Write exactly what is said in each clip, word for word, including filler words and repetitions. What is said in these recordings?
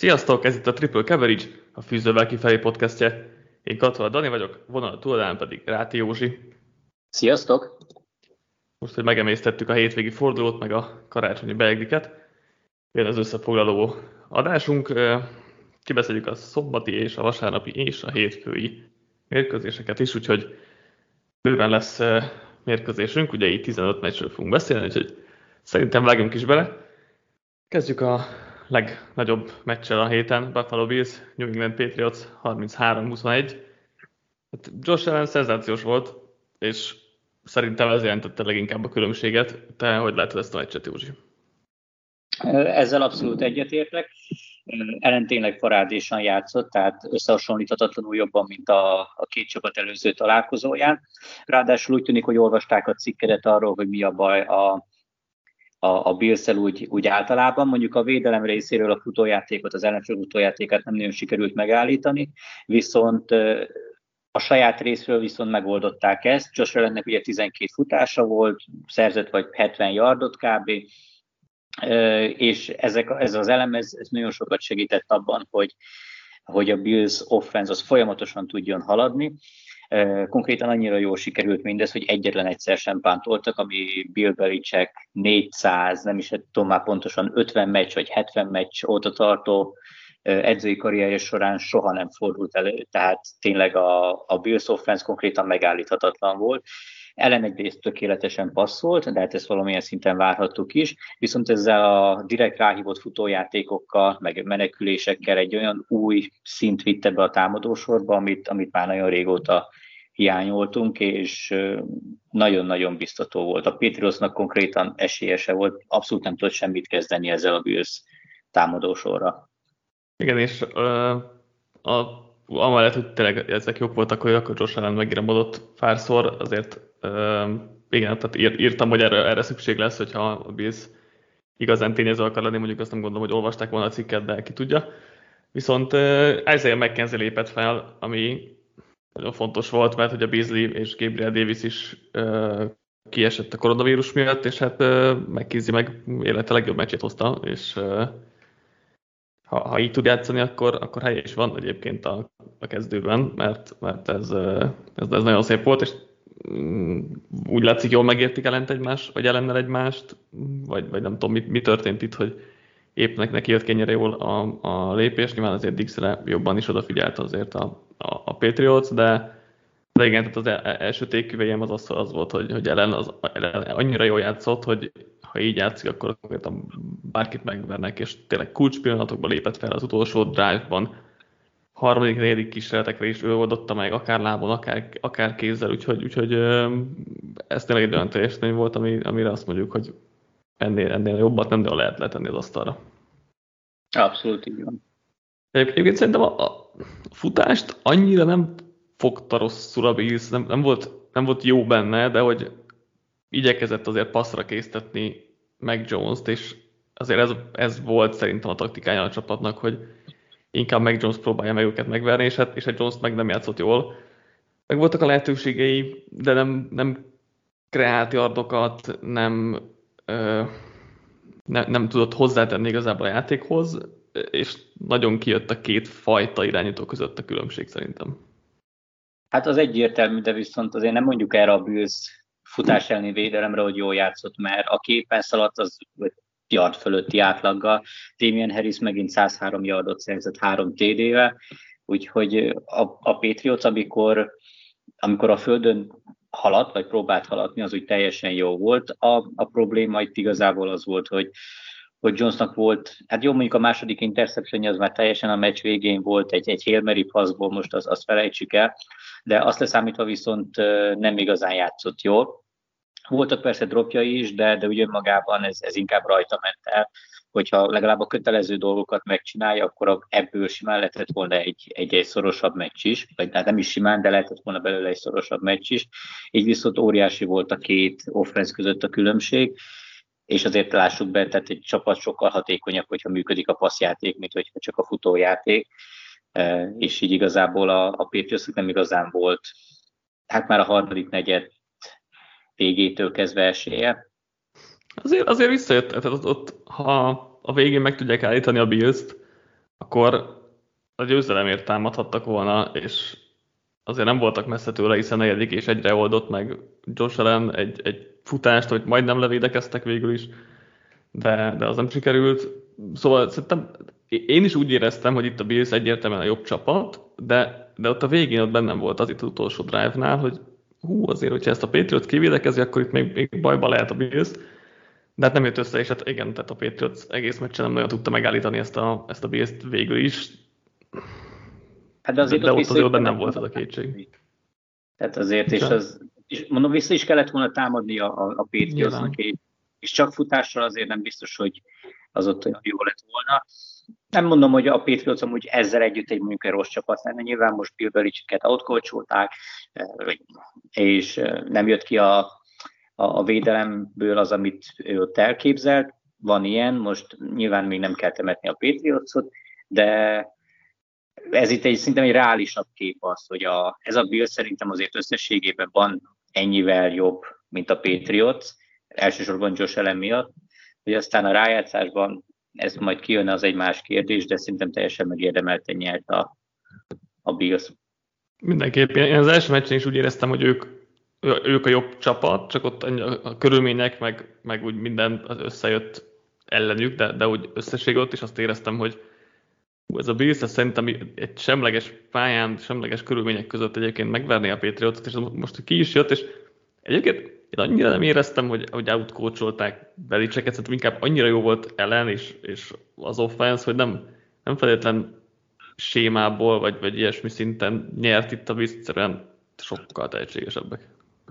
Sziasztok, ez itt a Triple Coverage, a Fűzővel kifelé podcastje. Én Katona Dani vagyok, vonal túladán pedig Ráti Józsi. Sziasztok! Most, hogy megemésztettük a hétvégi fordulót, meg a karácsonyi beegdiket, jön az összefoglaló adásunk. Kibeszéljük a szombati és a vasárnapi és a hétfői mérkőzéseket is, úgyhogy bőven lesz mérkőzésünk, ugye így tizenöt meccsről fogunk beszélni, úgyhogy szerintem vágjunk is bele. Kezdjük a legnagyobb meccsel a héten, Buffalo Bills, New England Patriots harminchárom huszonegy. Hát Josh Allen szenzációs volt, és szerintem ez jelentette leginkább a különbséget. Te hogy látod ezt a meccset, Józsi? Ezzel abszolút egyetértek. Allen tényleg parádésan játszott, tehát összehasonlíthatatlanul jobban, mint a, a két csapat előző találkozóján. Ráadásul úgy tűnik, hogy olvasták a cikkedet arról, hogy mi a baj a, a, a Bills-el úgy, úgy általában. Mondjuk a védelem részéről a futójátékot, az ellenfél futójátékát nem nagyon sikerült megállítani, viszont a saját részről viszont megoldották ezt. Josh Allennek ugye tizenkét futása volt, szerzett vagy hetven yardot kb., és ezek, ez az elem ez, ez nagyon sokat segített abban, hogy, hogy a Bills offense az folyamatosan tudjon haladni. Konkrétan annyira jól sikerült mindez, hogy egyetlen egyszer sem pántoltak, ami Bill Belichick négyszáz, nem is tudom már pontosan ötven meccs vagy hetven meccs óta tartó edzői karrierje során soha nem fordult elő, tehát tényleg a, a Bills offense konkrétan megállíthatatlan volt. Ellen egyrészt tökéletesen passzolt, de hát ezt valamilyen szinten várhattuk is, viszont ezzel a direkt ráhívott futójátékokkal, meg menekülésekkel egy olyan új szint vitte be a támadósorba, amit, amit már nagyon régóta hiányoltunk, és nagyon-nagyon biztató volt. A Patriotsnak konkrétan esélyese volt, abszolút nem tudott semmit kezdeni ezzel a Bills támadósorra. Igen, és uh, a amellett, hogy tényleg ezek jók voltak, hogy akkor Josh Allen megíromodott párszor, azért uh, igen, tehát ír, írtam, hogy erre, erre szükség lesz, hogyha a Bills igazán tényező akar lenni, mondjuk azt nem gondolom, hogy olvasták volna a cikket, de ki tudja. Viszont uh, Isaiah McKenzie lépett fel, ami nagyon fontos volt, mert hogy a Beasley és Gabriel Davis is uh, kiesett a koronavírus miatt, és hát uh, McKenzie meg élete legjobb meccsét hozta, és uh, Ha, ha így tud játszani, akkor, akkor helye is van egyébként a, a kezdőben, mert, mert ez, ez, ez nagyon szép volt, és úgy látszik, jól megértik ellent egymást, vagy ellennel egymást, vagy, vagy nem tudom, mi, mi történt itt, hogy épp neki jött ennyire jól a, a lépés, nyilván azért Dixre jobban is odafigyelt azért a, a, a Patriots, de, de igen, tehát az első téküvejem az az, az volt, hogy, hogy ellen az, ellen annyira jól játszott, hogy ha így játszik, akkor bárkit megvernek, és tényleg kulcspillanatokban lépett fel az utolsó drive-ban. Harmadik, negyedik kísérletekre is ő oldotta meg, akár lábon, akár, akár kézzel, úgyhogy, úgyhogy ez tényleg egy olyan teljesítmény volt, ami, amire azt mondjuk, hogy ennél, ennél jobbat nem de lehet letenni az asztalra. Abszolút így van. Egyébként szerintem a, a futást annyira nem fogta rosszul a Bills, nem, nem, volt, nem volt jó benne, de hogy igyekezett azért passzra késztetni Mac Jones-t, és azért ez, ez volt szerintem a taktikája a csapatnak, hogy inkább Mac Jones próbálja meg őket megverni, és hát, és hát Jones meg nem játszott jól. Meg voltak a lehetőségei, de nem, nem kreált yardokat, nem, ö, ne, nem tudott hozzátenni igazából a játékhoz, és nagyon kijött a két fajta irányító között a különbség szerintem. Hát az egyértelmű, de viszont azért nem mondjuk erre a Bills futás elleni védelemre, hogy jól játszott, mert a képen szaladt az yard fölötti átlaggal. Damien Harris megint száz három yardot szerzett három té dé-vel, úgyhogy a, a Patriots, amikor, amikor a földön haladt, vagy próbált haladni, az úgy teljesen jó volt. A, a probléma itt igazából az volt, hogy hogy Jonesnak volt, hát jó, mondjuk a második interception az már teljesen a meccs végén volt, egy, egy Hail Mary passzból, most azt, azt felejtsük el, de azt leszámítva viszont nem igazán játszott jól. Voltak persze dropjai is, de, de ugye magában ez, ez inkább rajta ment el, hogyha legalább a kötelező dolgokat megcsinálja, akkor ebből simán lehetett volna egy, egy, egy szorosabb meccs is, vagy hát nem is simán, de lehetett volna belőle egy szorosabb meccs is. Így viszont óriási volt a két offense között a különbség, és azért lássuk be, tehát egy csapat sokkal hatékonyabb, hogyha működik a passzjáték, mint hogyha csak a futójáték, és így igazából a, a Patriotsnak nem igazán volt, hát már a harmadik negyed végétől kezdve esélye. Azért, azért visszajött, tehát ott, ott, ha a végén meg tudják állítani a Bills-t, akkor a győzelemért támadhattak volna, és azért nem voltak messze tőle, hiszen negyedik és egyre oldott meg Josh Allen egy, egy futást, hogy majdnem levédekeztek végül is, de, de az nem sikerült. Szóval szerintem én is úgy éreztem, hogy itt a Bills egyértelműen a jobb csapat, de, de ott a végén ott bennem volt az itt az utolsó drive-nál, hogy hú, azért, hogyha ezt a Patriots kivédekezi, akkor itt még, még bajba lehet a Bills. De hát nem jött össze, és hát igen, tehát a Patriots egész meccsen nem nagyon tudta megállítani ezt a, ezt a Bills-t végül is. Hát de azért de ott, ott azért nem volt az a kétség. Tehát azért, és, az, és mondom, vissza is kellett volna támadni a, a, a Patriotsnak, és, és csak futással azért nem biztos, hogy az ott olyan jó lett volna. Nem mondom, hogy a Patriots amúgy ezzel együtt egy mondjuk egy rossz csapat lenne, nyilván most Bill Belichicket outcoacholták, és nem jött ki a, a, a védelemből az, amit ő ott elképzelt. Van ilyen, most nyilván még nem kell temetni a Patriotsot, de ez itt egy szinte egy reálisabb kép az, hogy a, ez a Bill szerintem azért összességében van ennyivel jobb, mint a Patriots, elsősorban Josh Allen miatt, hogy aztán a rájátszásban ez majd kijönne, az egy más kérdés, de szerintem teljesen megérdemelten nyert a, a Bills. Mindenképp. Én az első meccsen is úgy éreztem, hogy ők, ők a jobb csapat, csak ott a körülmények, meg, meg úgy minden összejött ellenük, de, de úgy összességül ott is azt éreztem, hogy ez a Bills, ez szerintem egy semleges pályán, semleges körülmények között egyébként megverné a Patriotot, és most ki is jött, és egyébként én annyira nem éreztem, hogy, hogy outcoacholták Belichicket, szerintem inkább annyira jó volt ellen, és, és az offense, hogy nem, nem feltétlen sémából, vagy, vagy ilyesmi szinten nyert itt a Bills, egyszerűen sokkal tehetségesebbek.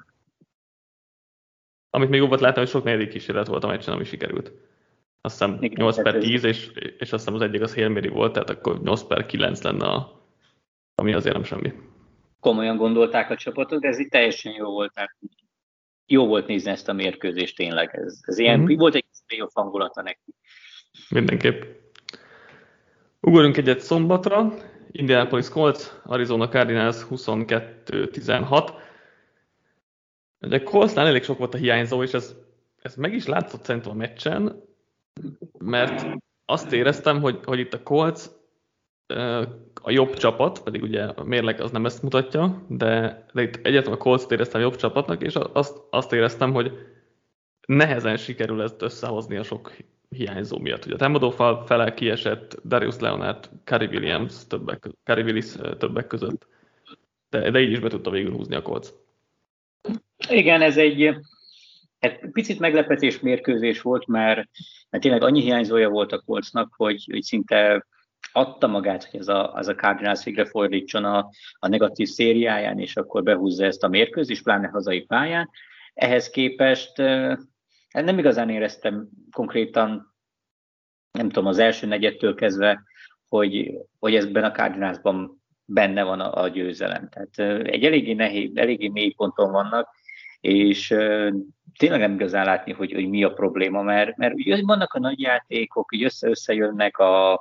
Amit még jobbat láttam, hogy sok negyedik kísérlet volt a meccsen, ami sikerült. Azt hiszem igen, nyolc per tíz, és, és azt hiszem az egyik az Hail Mary volt, tehát akkor nyolc per kilenc lenne, a, ami azért nem semmi. Komolyan gondolták a csapatot, de ez itt teljesen jó volt. Tehát jó volt nézni ezt a mérkőzést tényleg. Ez, ez ilyen, mm-hmm. Volt egy playoff hangulata neki. Mindenképp. Ugorjunk egyet szombatra. Indianapolis Colts, Arizona Cardinals huszonkettő tizenhat. Ugye Coltsnál elég sok volt a hiányzó, és ez, ez meg is látszott szerintem a meccsen, mert azt éreztem, hogy, hogy itt a Colts a jobb csapat, pedig ugye a mérleg az nem ezt mutatja, de, de itt egyáltalán a Colts-t éreztem jobb csapatnak, és azt, azt éreztem, hogy nehezen sikerül ezt összehozni a sok hiányzó miatt. Ugye a támadófal fele kiesett Darius Leonard, Cary Williams többek, Cary Willis többek között, de, de így is be tudta végül húzni a Colts. Igen, ez egy, egy picit meglepetés mérkőzés volt, mert, mert tényleg annyi hiányzója volt a Coltsnak, hogy, hogy szinte adta magát, hogy ez a, az a Cardinals végre fordítson a, a negatív szériáján, és akkor behúzza ezt a mérkőzést, pláne hazai pályán. Ehhez képest nem igazán éreztem konkrétan, nem tudom, az első negyedtől kezdve, hogy, hogy ezben a Cardinalsban benne van a, a győzelem. Tehát egy eléggé nehéz, eléggé mély ponton vannak, és tényleg nem igazán látni, hogy, hogy mi a probléma, mert, mert ugye vannak a nagy játékok, így össze-összejönnek a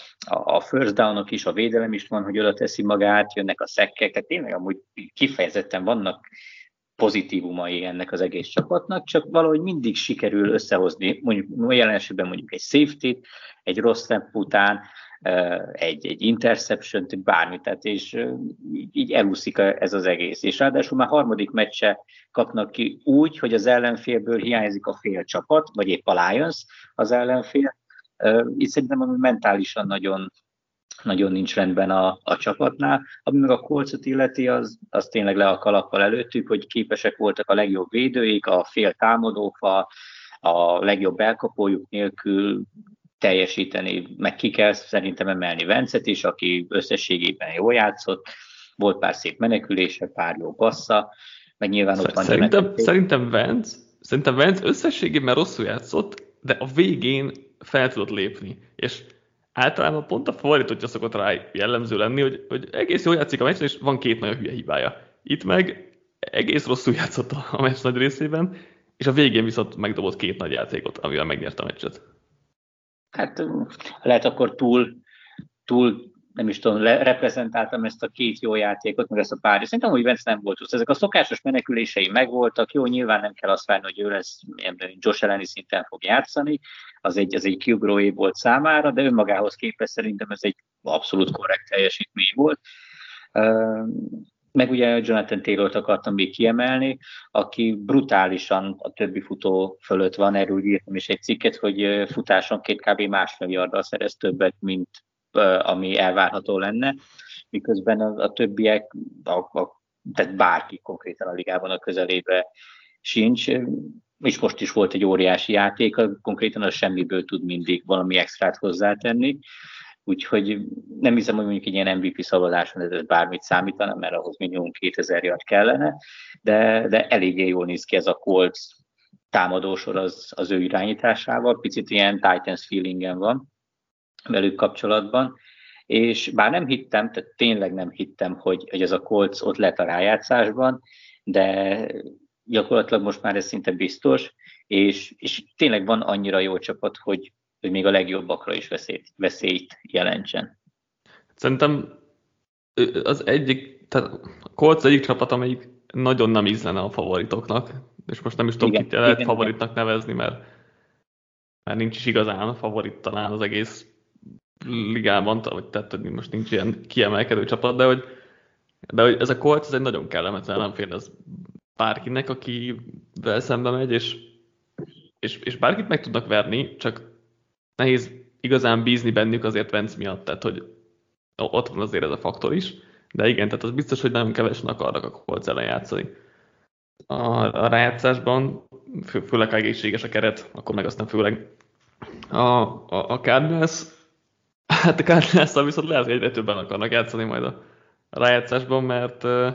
a first downok is, a védelem is van, hogy oda teszi magát, jönnek a szekkek, tehát tényleg amúgy kifejezetten vannak pozitívumai ennek az egész csapatnak, csak valahogy mindig sikerül összehozni, mondjuk jelen esetben mondjuk egy safety-t, egy rossz snap után, egy, egy interception-t, bármit, tehát és így elúszik ez az egész. És ráadásul már harmadik meccse kapnak ki úgy, hogy az ellenfélből hiányzik a fél csapat, vagy épp a Lions az ellenfél. Itt szerintem ami mentálisan nagyon, nagyon nincs rendben a, a csapatnál. Ami meg a Coltsot illeti, az, az tényleg le a kalappal előttük, hogy képesek voltak a legjobb védőik, a fél támadófal, a legjobb elkapójuk nélkül teljesíteni, meg ki kell szerintem emelni Vencet is, aki összességében jól játszott, volt pár szép menekülése, pár jó passza, meg nyilván ott van... Szerintem, szerintem Vence, szerintem Vence összességében rosszul játszott, de a végén fel tudott lépni, és általában pont a fordítottja szokott rá jellemző lenni, hogy, hogy egész jól játszik a meccsen, és van két nagyon hülye hibája. Itt meg egész rosszul játszott a meccs nagy részében, és a végén viszont megdobott két nagy játékot, amivel megnyerte a meccset. Hát lehet akkor túl, túl nem is tudom, le, reprezentáltam ezt a két jó játékot, meg ezt a pár. Szerintem, hogy Vance nem volt rossz. Ezek a szokásos menekülései megvoltak, jó, nyilván nem kell azt várni, hogy ő lesz, Josh Allen szinten fog játszani, az egy, az egy kiugrói volt számára, de önmagához képest szerintem ez egy abszolút korrekt teljesítmény volt. Meg ugye Jonathan Taylort akartam még kiemelni, aki brutálisan a többi futó fölött van, erről írtam is egy cikket, hogy futásonként kb. Másfél yarddal szerez többet, mint ami elvárható lenne, miközben a, a többiek, a, a, tehát bárki konkrétan a ligában a közelébe sincs, és most is volt egy óriási játék, konkrétan a semmiből tud mindig valami extrát hozzátenni, úgyhogy nem hiszem, hogy mondjuk egy ilyen em vé pé szavazáson ez bármit számítana, mert ahhoz minimum kétezer yard kellene, de, de eléggé jól néz ki ez a Colts támadósor az, az ő irányításával, picit ilyen Titans feelingen van velük kapcsolatban, és bár nem hittem, tehát tényleg nem hittem, hogy, hogy ez a Colts ott lett a rájátszásban, de gyakorlatilag most már ez szinte biztos, és, és tényleg van annyira jó csapat, hogy, hogy még a legjobbakra is veszélyt, veszélyt jelentsen. Szerintem az egyik, tehát a Colts egyik csapat, amelyik nagyon nem ízlene a favoritoknak, és most nem is tudom, kit lehet favoritnak nevezni, mert, mert nincs is igazán favorit talán az egész ligában, tehát hogy most nincs ilyen kiemelkedő csapat, de hogy, de hogy ez a Colts ez egy nagyon kellemetlen ellenfél, ez bárkinek, akivel szembe megy, és, és, és bárkit meg tudnak verni, csak nehéz igazán bízni bennük azért Vance miatt, tehát hogy ott van azért ez a faktor is, de igen, tehát az biztos, hogy nagyon kevesen akarnak a Colts ellen játszani. A, a rájátszásban, fő, főleg egészséges a keret, akkor meg aztán főleg a, a, a Cardinals, hát a Cardinals-szal viszont lehet, hogy egyre többen akarnak játszani majd a, a rájátszásban, mert uh,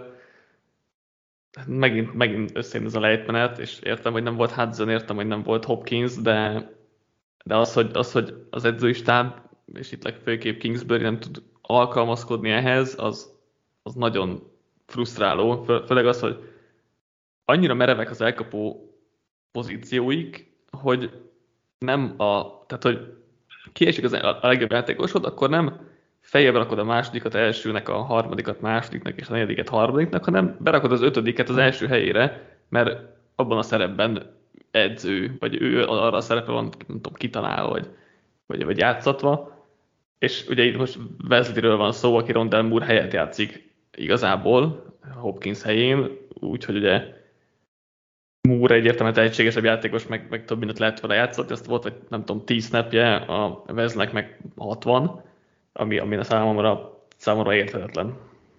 megint, megint összejön ez a lejtmenet, és értem, hogy nem volt Hudson, értem, hogy nem volt Hopkins, de, de az, hogy, az, hogy az edzői stáb, és itt legfőképp Kingsbury nem tud alkalmazkodni ehhez, az, az nagyon frusztráló, Fő, főleg az, hogy annyira merevek az elkapó pozícióik, hogy nem a, tehát hogy kiesik az, a legjobb játékosod, akkor nem feljebb rakod a másodikat elsőnek, a harmadikat másodiknak és a negyediket harmadiknak, hanem berakod az ötödiket az első helyére, mert abban a szerepben edző, vagy ő arra a szerepe van, nem tudom, kitalálva, vagy, vagy, vagy játszatva. És ugye itt most Wesleyről van szó, aki Rondell Moore helyett játszik igazából, Hopkins helyén, úgyhogy ugye Moore egyértelműen tehetségesebb játékos, meg, meg több mindent lehet vele játszani, ezt volt, vagy nem tudom, tíz snapje, a Wesleynek meg hatvan, ami, ami a számomra, számomra érthetetlen.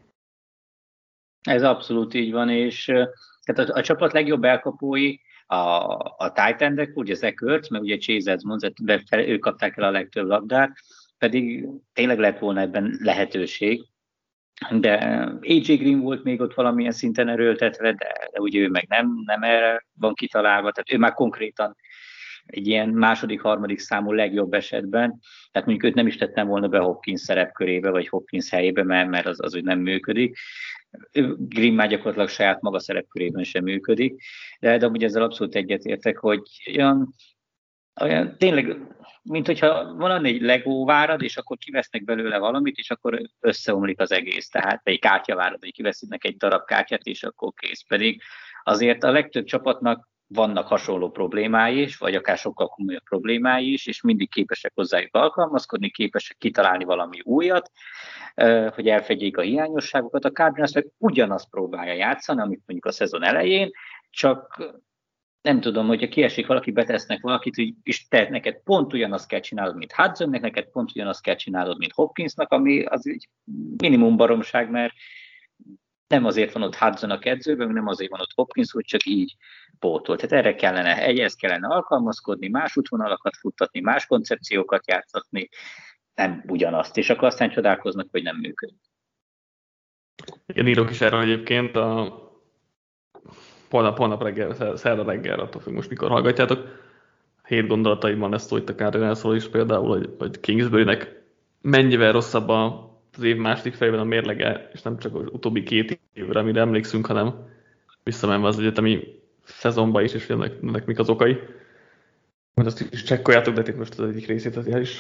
Ez abszolút így van, és tehát a, a csapat legjobb elkapói a, a tight endek, ugye Zach Ertz, meg ugye Chase Edmonds, ők kapták el a legtöbb labdát, pedig tényleg lett volna ebben lehetőség, de á jé Green volt még ott valamilyen szinten erőltetve, de, de ugye ő meg nem, nem erre van kitalálva, tehát ő már konkrétan egy ilyen második, harmadik számú legjobb esetben, tehát mondjuk őt nem is tettem volna be Hopkins szerepkörébe, vagy Hopkins helyébe, mert, mert az, az úgy nem működik. Green már gyakorlatilag saját maga szerepkörében sem működik, de, de ugye ezzel abszolút egyetértek, hogy olyan, olyan tényleg, mint hogyha van egy Lego várad, és akkor kivesznek belőle valamit, és akkor összeomlik az egész. Tehát egy kártyavárad, hogy kivesznek egy darab kártyát, és akkor kész. Pedig azért a legtöbb csapatnak vannak hasonló problémái is, vagy akár sokkal komolyabb problémái is, és mindig képesek hozzájuk alkalmazkodni, képesek kitalálni valami újat, hogy elfedjék a hiányosságokat. A Cardinals meg ugyanazt próbálja játszani, amit mondjuk a szezon elején, csak nem tudom, hogyha kiesik valaki, betesznek valakit, hogy és te neked pont ugyanazt kell csinálod, mint Hudsonnek, neked pont ugyanazt kell csinálod, mint Hopkinsnak, ami az egy minimum baromság, mert nem azért van ott Hudson a edzőben, nem azért van ott Hopkins, hogy csak így pótol. Tehát erre kellene, egyhez kellene alkalmazkodni, más útvonalakat futtatni, más koncepciókat játszatni, nem ugyanazt, és akkor aztán csodálkoznak, hogy nem működik. Én írok is erről egyébként, a holnap, holnap reggel, szerda reggel, attól függ most mikor hallgatjátok. Hét gondolataimban lesz szó itt a Cardinalsról is például, hogy, hogy Kingsburynek mennyivel rosszabb az év második fejében a mérlege, és nem csak az utóbbi két évre, amire emlékszünk, hanem visszamenve az egyetemi szezonba is, és ennek, ennek mik az okai. Majd azt is csekkoljátok, de itt most az egyik részét az is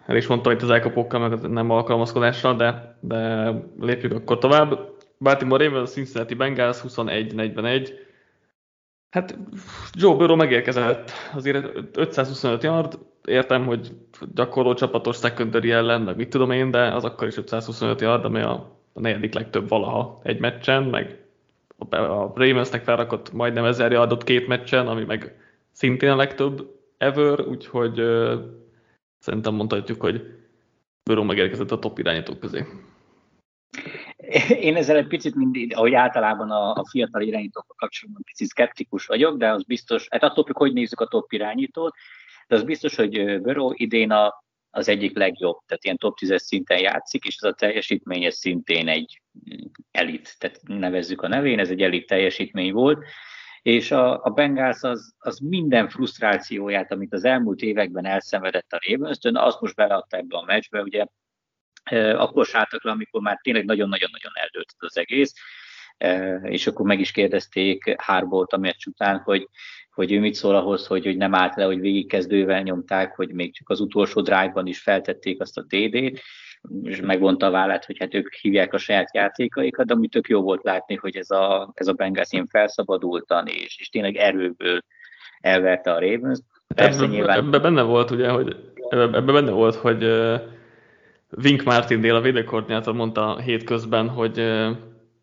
el is mondtam itt az elkapókkal, meg az nem alkalmazkodással, de, de lépjük akkor tovább. Baltimore Ravens, Cincinnati Bengals huszonegy negyvenegy. Hát Joe Burrow megérkezett, azért ötszázhuszonöt yard, értem, hogy gyakorló csapatos secondary ellen, meg mit tudom én, de az akkor is ötszázhuszonöt yard, ami a, a negyedik legtöbb valaha egy meccsen, meg a Ravensnek felrakott majdnem ezer yardot két meccsen, ami meg szintén a legtöbb ever, úgyhogy uh, szerintem mondhatjuk, hogy Burrow megérkezett a top irányítók közé. Én ezzel egy picit mindig, ahogy általában a, a fiatal irányítókkal kapcsolatban picit szkeptikus vagyok, de az biztos, hát attól függ, hogy nézzük a top irányítót, de az biztos, hogy Burrow idén a, az egyik legjobb, tehát ilyen top tízes szinten játszik, és ez a teljesítmény ez szintén egy elit, tehát nevezzük a nevén, ez egy elit teljesítmény volt, és a, a Bengals az, az minden frusztrációját, amit az elmúlt években elszenvedett a Ravens-től, azt most beleadta ebbe a meccsbe, ugye akkor sálltak le, amikor már tényleg nagyon-nagyon-nagyon eldőlt az egész, és akkor meg is kérdezték Harbaugh-t a meccs után, hogy, hogy ő mit szól ahhoz, hogy, hogy nem állt le, hogy végigkezdővel nyomták, hogy még csak az utolsó drive-ban is feltették azt a té dét, és megvonta a vállát, hogy hát ők hívják a saját játékaikat, de ami tök jó volt látni, hogy ez a, ez a Bengals ilyen felszabadultan, és, és tényleg erőből elverte a Ravens. Persze ebbe, nyilván... ebbe benne volt, ugye, hogy ebbe benne volt, hogy uh, Wink Martindale, a védőkoordinátor mondta hétközben, hogy uh,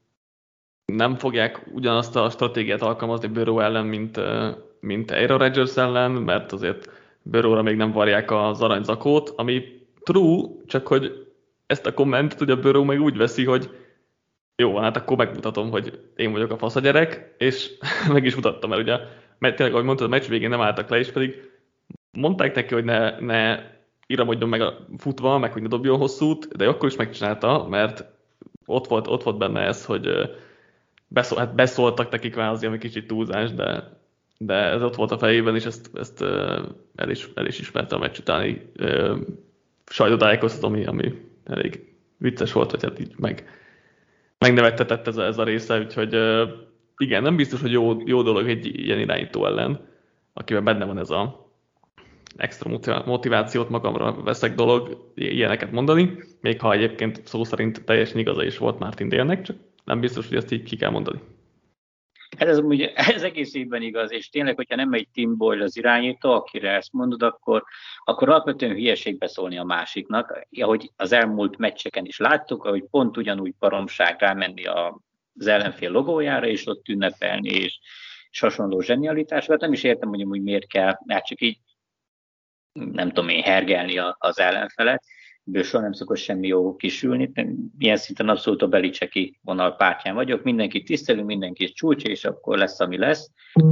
nem fogják ugyanazt a stratégiát alkalmazni Burrow ellen, mint, uh, mint Aaron Rodgers ellen, mert azért Burrowra még nem varják az aranyzakót, ami true, csak hogy ezt a kommentet ugye Burrow meg úgy veszi, hogy jó van, hát akkor megmutatom, hogy én vagyok a fasz a gyerek, és meg is mutattam, mert ugye, mert tényleg, ahogy mondtad, a meccs végén nem álltak le, és pedig mondták neki, hogy ne, ne iramodjon meg a futva, meg hogy ne dobjon hosszút, de akkor is megcsinálta, mert ott volt, ott volt benne ez, hogy beszól, hát beszóltak neki kvázi, ami kicsit túlzás, de, de ez ott volt a fejében, és ezt, ezt el, is, el is ismerte a meccs utáni sajtótájékoztató, ami, ami elég vicces volt, hogy hát így meg, megnevettetett ez a, ez a része, úgyhogy igen, nem biztos, hogy jó, jó dolog egy ilyen irányító ellen, akiben benne van ez a extra motivációt magamra veszek dolog ilyeneket mondani, még ha egyébként szó szerint teljesen igaza is volt Martindale-nek, csak nem biztos, hogy ezt így ki kell mondani. Hát ez, ugye, ez egész évben igaz, és tényleg, hogyha nem egy Tim Boyle az irányító, akire ezt mondod, akkor, akkor alapvetően hülyeség beszólni a másiknak. Ahogy az elmúlt meccseken is láttuk, ahogy pont ugyanúgy baromság rámenni az ellenfél logójára, és ott ünnepelni, és, és hasonló zsenialitás. Hát nem is értem, hogy amúgy miért kell, mert csak így nem tudom én, hergelni az ellenfelet. Ebből soha nem szokott semmi jó kisülni. Ilyen szinten abszolút a Belichick-i vonal pártján vagyok. Mindenki tisztelünk, mindenki csúcs, és akkor lesz, ami lesz.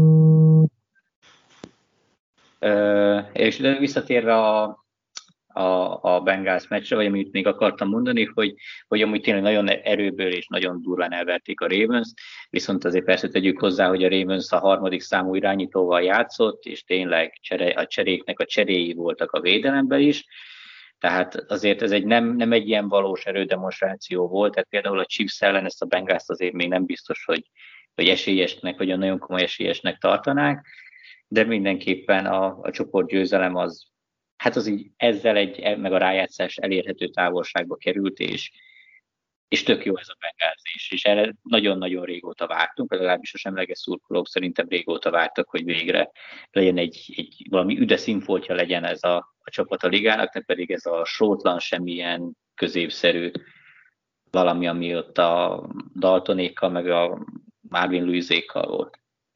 Uh, és de visszatérve a, a, a Bengals meccsre, vagy amit még akartam mondani, hogy, hogy amúgy tényleg nagyon erőből és nagyon durván elverték a Ravens, viszont azért persze tegyük hozzá, hogy a Ravens a harmadik számú irányítóval játszott, és tényleg csere, a cseréknek a cseréi voltak a védelemben is, tehát azért ez egy nem, nem egy ilyen valós erődemonstráció volt, tehát például a Chiefs ellen ezt a Bengals azért még nem biztos, hogy, hogy esélyesnek, vagy a nagyon komoly esélyesnek tartanák, de mindenképpen a, a csoportgyőzelem az, hát az így ezzel egy, meg a rájátszás elérhető távolságba került, és, és tök jó ez a Bengals is, és erre nagyon-nagyon régóta vártunk, legalábbis a semleges szurkolók szerintem régóta vártak, hogy végre legyen egy, egy valami üde színfoltja legyen ez a, a csapat a ligának, nem pedig ez a sótlan, semmilyen középszerű valami, ami ott a Daltonékkal, meg a Marvin Lewis-ékkal volt.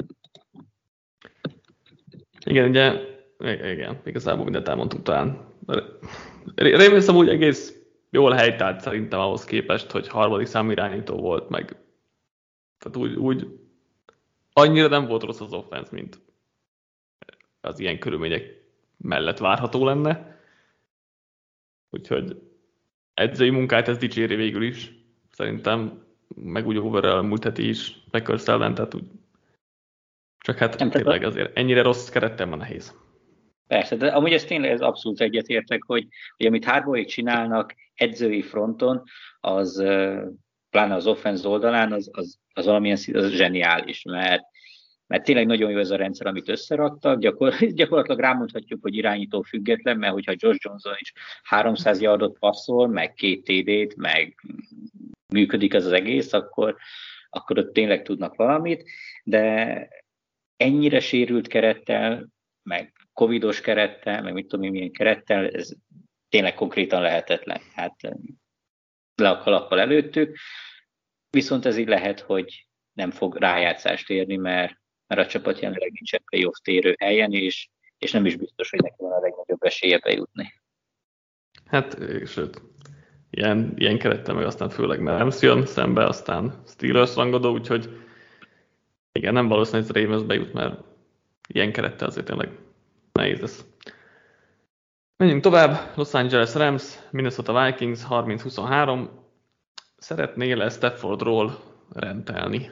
Igen, ugye, igen, igazából mindent elmondtuk talán. Ravens amúgy egész jól helytált szerintem ahhoz képest, hogy harmadik számú irányító volt, meg tehát úgy, úgy annyira nem volt rossz az offense, mint az ilyen körülmények mellett várható lenne. Úgyhogy edzői munkát ez dicséri végül is, szerintem, meg úgy overall múlt heti is, Packers ellen, tehát úgy csak hát nem tényleg azért ennyire rossz kerettel van nehéz. Persze, de amúgy ez tényleg ez abszolút egyetértek, hogy, hogy amit Harbaugh-ék csinálnak edzői fronton, az pláne az offense oldalán, az, az, az valamilyen az zseniális, mert mert tényleg nagyon jó ez a rendszer, amit összeraktak, Gyakor- gyakorlatilag rámondhatjuk, hogy irányító független, mert hogyha Josh Johnson is háromszáz yardot passzol, meg két té dét, meg működik ez az egész, akkor, akkor ott tényleg tudnak valamit, de ennyire sérült kerettel, meg covidos kerettel, meg mit tudom én, milyen kerettel, ez tényleg konkrétan lehetetlen. Hát le a kalappal előttük, viszont ez így lehet, hogy nem fog rájátszást érni, mert, mert a csapat jelenleg nincsen playoff térő helyen, és, és nem is biztos, hogy neki van a legnagyobb esélye bejutni. Hát, sőt, ilyen, ilyen kerettel meg aztán főleg Rams jön szembe, aztán Steelers rangadó, úgyhogy igen, nem valószínű, hogy Ravens bejut, mert ilyen kerettel azért tényleg nehéz lesz. Menjünk tovább, Los Angeles Rams, Minnesota Vikings harminc huszonhárom. Szeretnél-e Staffordról rendelni?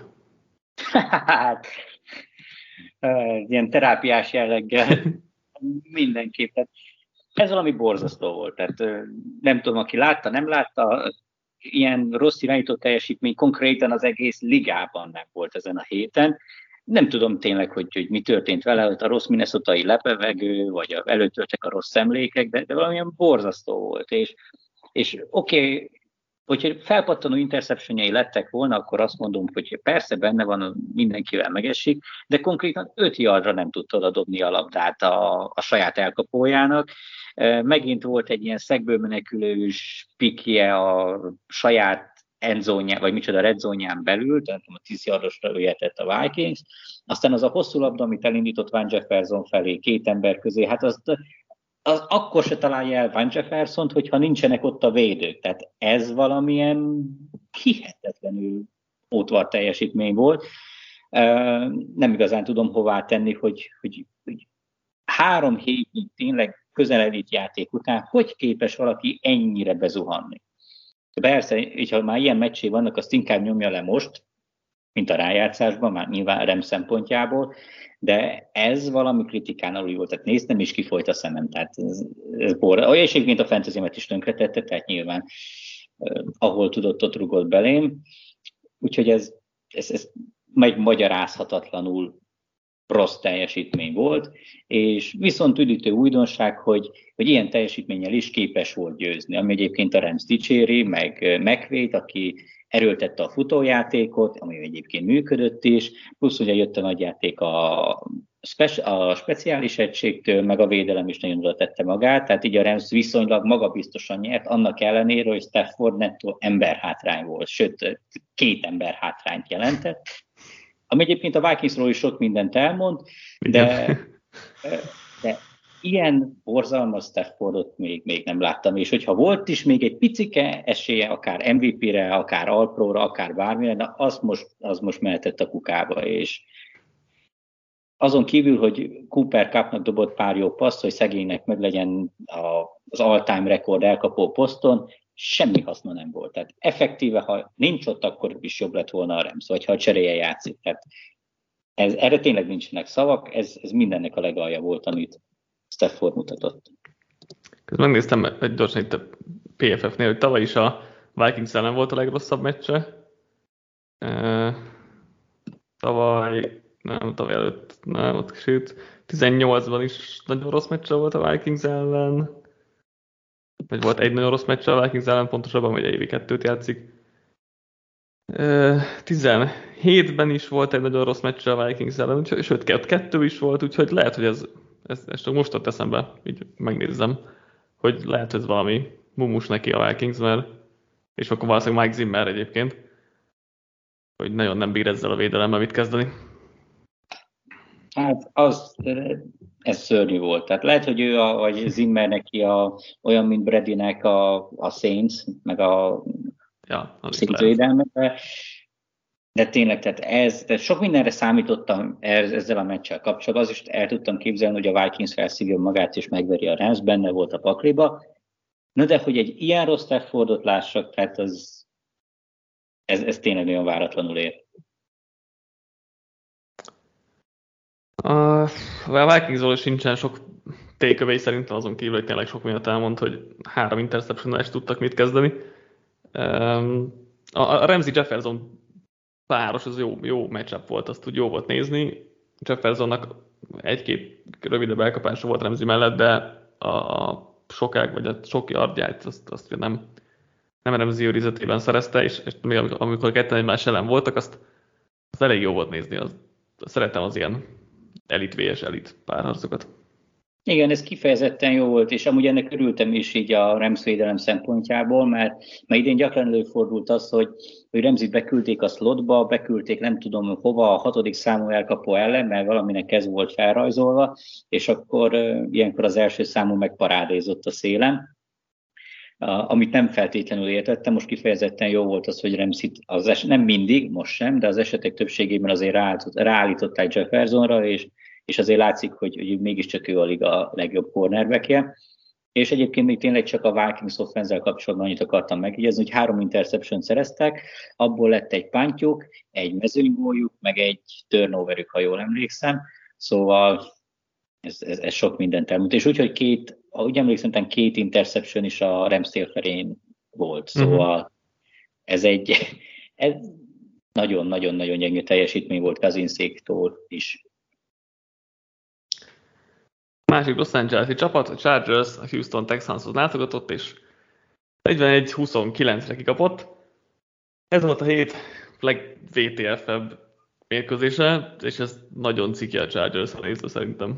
Hát, ilyen terápiás jelleggel mindenképpen. Ez valami borzasztó volt. Tehát nem tudom, aki látta, nem látta, ilyen rossz irányító teljesítmény konkrétan az egész ligában nem volt ezen a héten. Nem tudom tényleg, hogy, hogy mi történt vele, hogy a rossz minnesotai lepevegő, vagy a, előtöltek a rossz emlékek, de, de valamilyen borzasztó volt. És, és oké, okay, hogyha felpattanó interceptionjei lettek volna, akkor azt mondom, hogy persze benne van, mindenkivel megesik, de konkrétan öt yardra nem tudta odadobni a labdát a, a saját elkapójának. Megint volt egy ilyen szegből menekülős pikje a saját endzónján, vagy micsoda redzónján belül, tehát a tíz yardosra jöhetett a Vikings. Aztán az a hosszú labda, amit elindított Van Jefferson felé két ember közé, hát az, az akkor se találja el Van Jeffersont, hogyha nincsenek ott a védők. Tehát ez valamilyen hihetetlenül ótvar teljesítmény volt. Nem igazán tudom hová tenni, hogy, hogy, hogy három hétig tényleg közel-elit játék után hogy képes valaki ennyire bezuhanni. Persze, hogyha már ilyen meccsé vannak, azt inkább nyomja le most, mint a rájátszásban, már nyilván Rem szempontjából, de ez valami kritikán alul volt, tehát néztem és kifolyt a szemem, tehát ez, ez borra. Olyan is egyébként a fantasy-met is tönkretette, tehát nyilván eh, ahol tudott, ott rugott belém, úgyhogy ez, ez, ez megmagyarázhatatlanul rossz teljesítmény volt, és viszont üdítő újdonság, hogy, hogy ilyen teljesítménnyel is képes volt győzni, ami egyébként a Rams dicséri, meg McVayt, aki erőltette a futójátékot, ami egyébként működött is, plusz ugye jött a nagyjáték a, speci- a speciális egységtől, meg a védelem is nagyon oda tette magát, tehát így a Rams viszonylag magabiztosan nyert, annak ellenére, hogy Stafford nettó emberhátrány volt, sőt, két emberhátrányt jelentett, ami egyébként a Vikingsról is sok mindent elmond, de, de ilyen borzalmas Staffordot még, még nem láttam, és hogyha volt is még egy picike esélye, akár em vé pére, akár All-Pro-ra, akár bármire, de az most, az most mehetett a kukába, és azon kívül, hogy Cooper Cupnak dobott pár jó paszt, hogy szegénynek meg legyen az all-time rekord elkapó poszton, semmi haszna nem volt. Tehát effektíve, ha nincs ott, akkor is jobb lett volna a Rams, vagy ha a cseréje játszik. Tehát ez, erre tényleg nincsenek szavak, ez, ez mindennek a legalja volt, amit Stafford mutatott. Közben megnéztem egy gyorsan itt a pé ef ef-nél, hogy tavaly is a Vikings ellen volt a legrosszabb meccse. E, tavaly, nem, tavaly előtt, nem, ott sőt, tizennyolcban is nagyon rossz meccse volt a Vikings ellen. Vagy volt egy nagyon rossz meccse a Vikings ellen, pontosabban, hogy egy kettőt játszik. tizenhétben is volt egy nagyon rossz meccse a Vikings ellen, úgyhogy, sőt, ott kettő is volt, úgyhogy lehet, hogy ez, ez, ez csak most ott eszembe, így megnézzem, hogy lehet, hogy ez valami mumus neki a Vikings, mert, és akkor valószínűleg Mike Zimmer egyébként, hogy nagyon nem bír ezzel a védelemmel mit kezdeni. Hát az, ez szörnyű volt. Tehát lehet, hogy ő, a, vagy Zimmer neki a, olyan, mint Bradynek a, a Saints, meg a ja, Saints védelme, de, de tényleg, tehát ez, tehát sok mindenre számítottam ezzel a meccsel kapcsolatban, az is el tudtam képzelni, hogy a Vikings felszívja magát és megveri a Rams, benne volt a pakliba. Na de, hogy egy ilyen rossz Staffordot lássak, tehát az, ez, ez tényleg nagyon váratlanul ér. A Vikingsról sincsen sok takeaway szerintem, azon kívül, hogy tényleg sok mindent elmond, hogy három interceptionnal is tudtak mit kezdeni. A Ramsey Jefferson páros, az jó, jó matchup volt, azt úgy jó volt nézni. Jeffersonnak egy-két rövidebb elkapása volt Ramsey mellett, de a sokáig, vagy a sok yardját azt, azt nem, nem Ramsey őrizetében szerezte, és, és még amikor, amikor ketten egymás ellen voltak, azt, azt elég jó volt nézni. Az, szeretem az ilyen elit vé es elit párharcokat. Igen, ez kifejezetten jó volt, és amúgy ennek örültem is így a Rams védelem szempontjából, mert, mert idén gyakran előfordult az, hogy, hogy Ramsey-t beküldték a slotba, beküldték nem tudom hova a hatodik számú elkapó ellen, mert valaminek ez volt felrajzolva, és akkor uh, ilyenkor az első számú megparádézott a szélen. Uh, amit nem feltétlenül értettem, most kifejezetten jó volt az, hogy Ramsey-t az es- nem mindig, most sem, de az esetek többségében azért ráállított, ráállították Jeffersonra, és és azért látszik, hogy, hogy mégiscsak ő a liga legjobb cornerbackje. És egyébként még tényleg csak a Vikings offense-zel kapcsolatban annyit akartam megjegyezni, hogy három interception szereztek, abból lett egy puntjuk, egy mezőnygóljuk, meg egy turnoverük, ha jól emlékszem. Szóval ez, ez, ez sok mindent elmúlt. És úgyhogy két, úgy emlékszem, két interception is a Rams térfelén volt. Szóval uh-huh. ez egy ez nagyon-nagyon-nagyon gyengő teljesítmény volt Cousinszéktól is. Másik Los Angeles-i csapat, a Chargers, a Houston Texanshoz látogatott, és negyvenegy huszonkilencre kikapott. Ez volt a hét legvé té ef-ebb mérkőzése, és ez nagyon ciki a Chargers részről szerintem.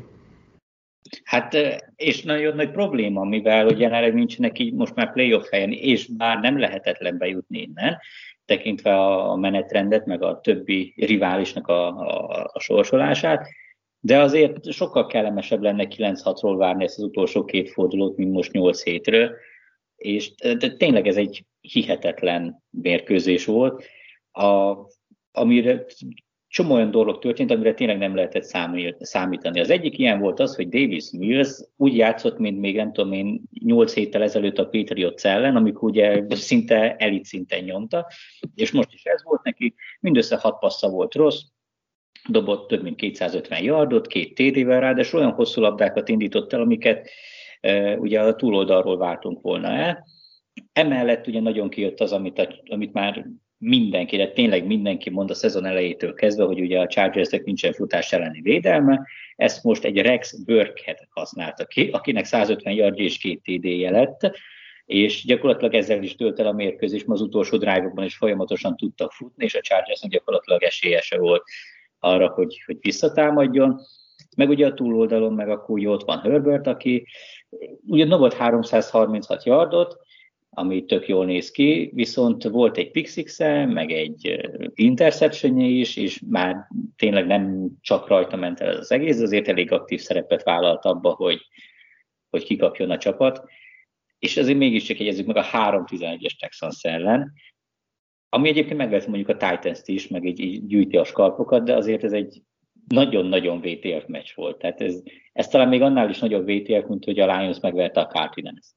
Hát, és nagyon nagy probléma, mivel hogy jelenleg nincsenek így most már playoff helyen, és bár nem lehetetlen bejutni innen, tekintve a menetrendet, meg a többi riválisnak a, a, a sorsolását, de azért sokkal kellemesebb lenne kilenc hatról várni ezt az utolsó két fordulót, mint most nyolc hétről, és de tényleg ez egy hihetetlen mérkőzés volt, a, amire csomó olyan dolog történt, amire tényleg nem lehetett számítani. Az egyik ilyen volt az, hogy Davis Mills úgy játszott, mint még nem tudom én nyolc héttel ezelőtt a Patriots ellen, amikor ugye szinte elit szinten nyomta, és most is ez volt neki, mindössze hat passza volt rossz, dobott több mint kétszázötven yardot, két té dé-vel rá, de olyan hosszú labdákat indított el, amiket e, ugye a túloldalról vártunk volna el. Emellett ugye nagyon kijött az, amit, a, amit már mindenki, de tényleg mindenki mond a szezon elejétől kezdve, hogy ugye a Chargersnek nincsen futás elleni védelme, ezt most egy Rex Burkhead használta ki, akinek százötven yardja és két té dé-je lett, és gyakorlatilag ezzel is tölt el a mérkőzés, az utolsó drive-okban is folyamatosan tudtak futni, és a Chargersnek gyakorlatilag esélyese volt arra, hogy, hogy visszatámadjon. Meg ugye a túloldalon, meg akkor ugye ott van Herbert, aki ugye dobott háromszázharminchat yardot, ami tök jól néz ki, viszont volt egy pick six-e, meg egy interceptionje is, és már tényleg nem csak rajta ment el az egész, azért elég aktív szerepet vállalt abba, hogy, hogy kikapjon a csapat. És azért mégiscsak jegyezzük meg a három tizenegyes Texans ellen, ami egyébként megvett mondjuk a Titans-t is, meg így, így gyűjti a skalpokat, de azért ez egy nagyon-nagyon vé té ef meccs volt. Tehát ez, ez talán még annál is nagyobb vé té ef, mint hogy a Lions megverte a Cardinals.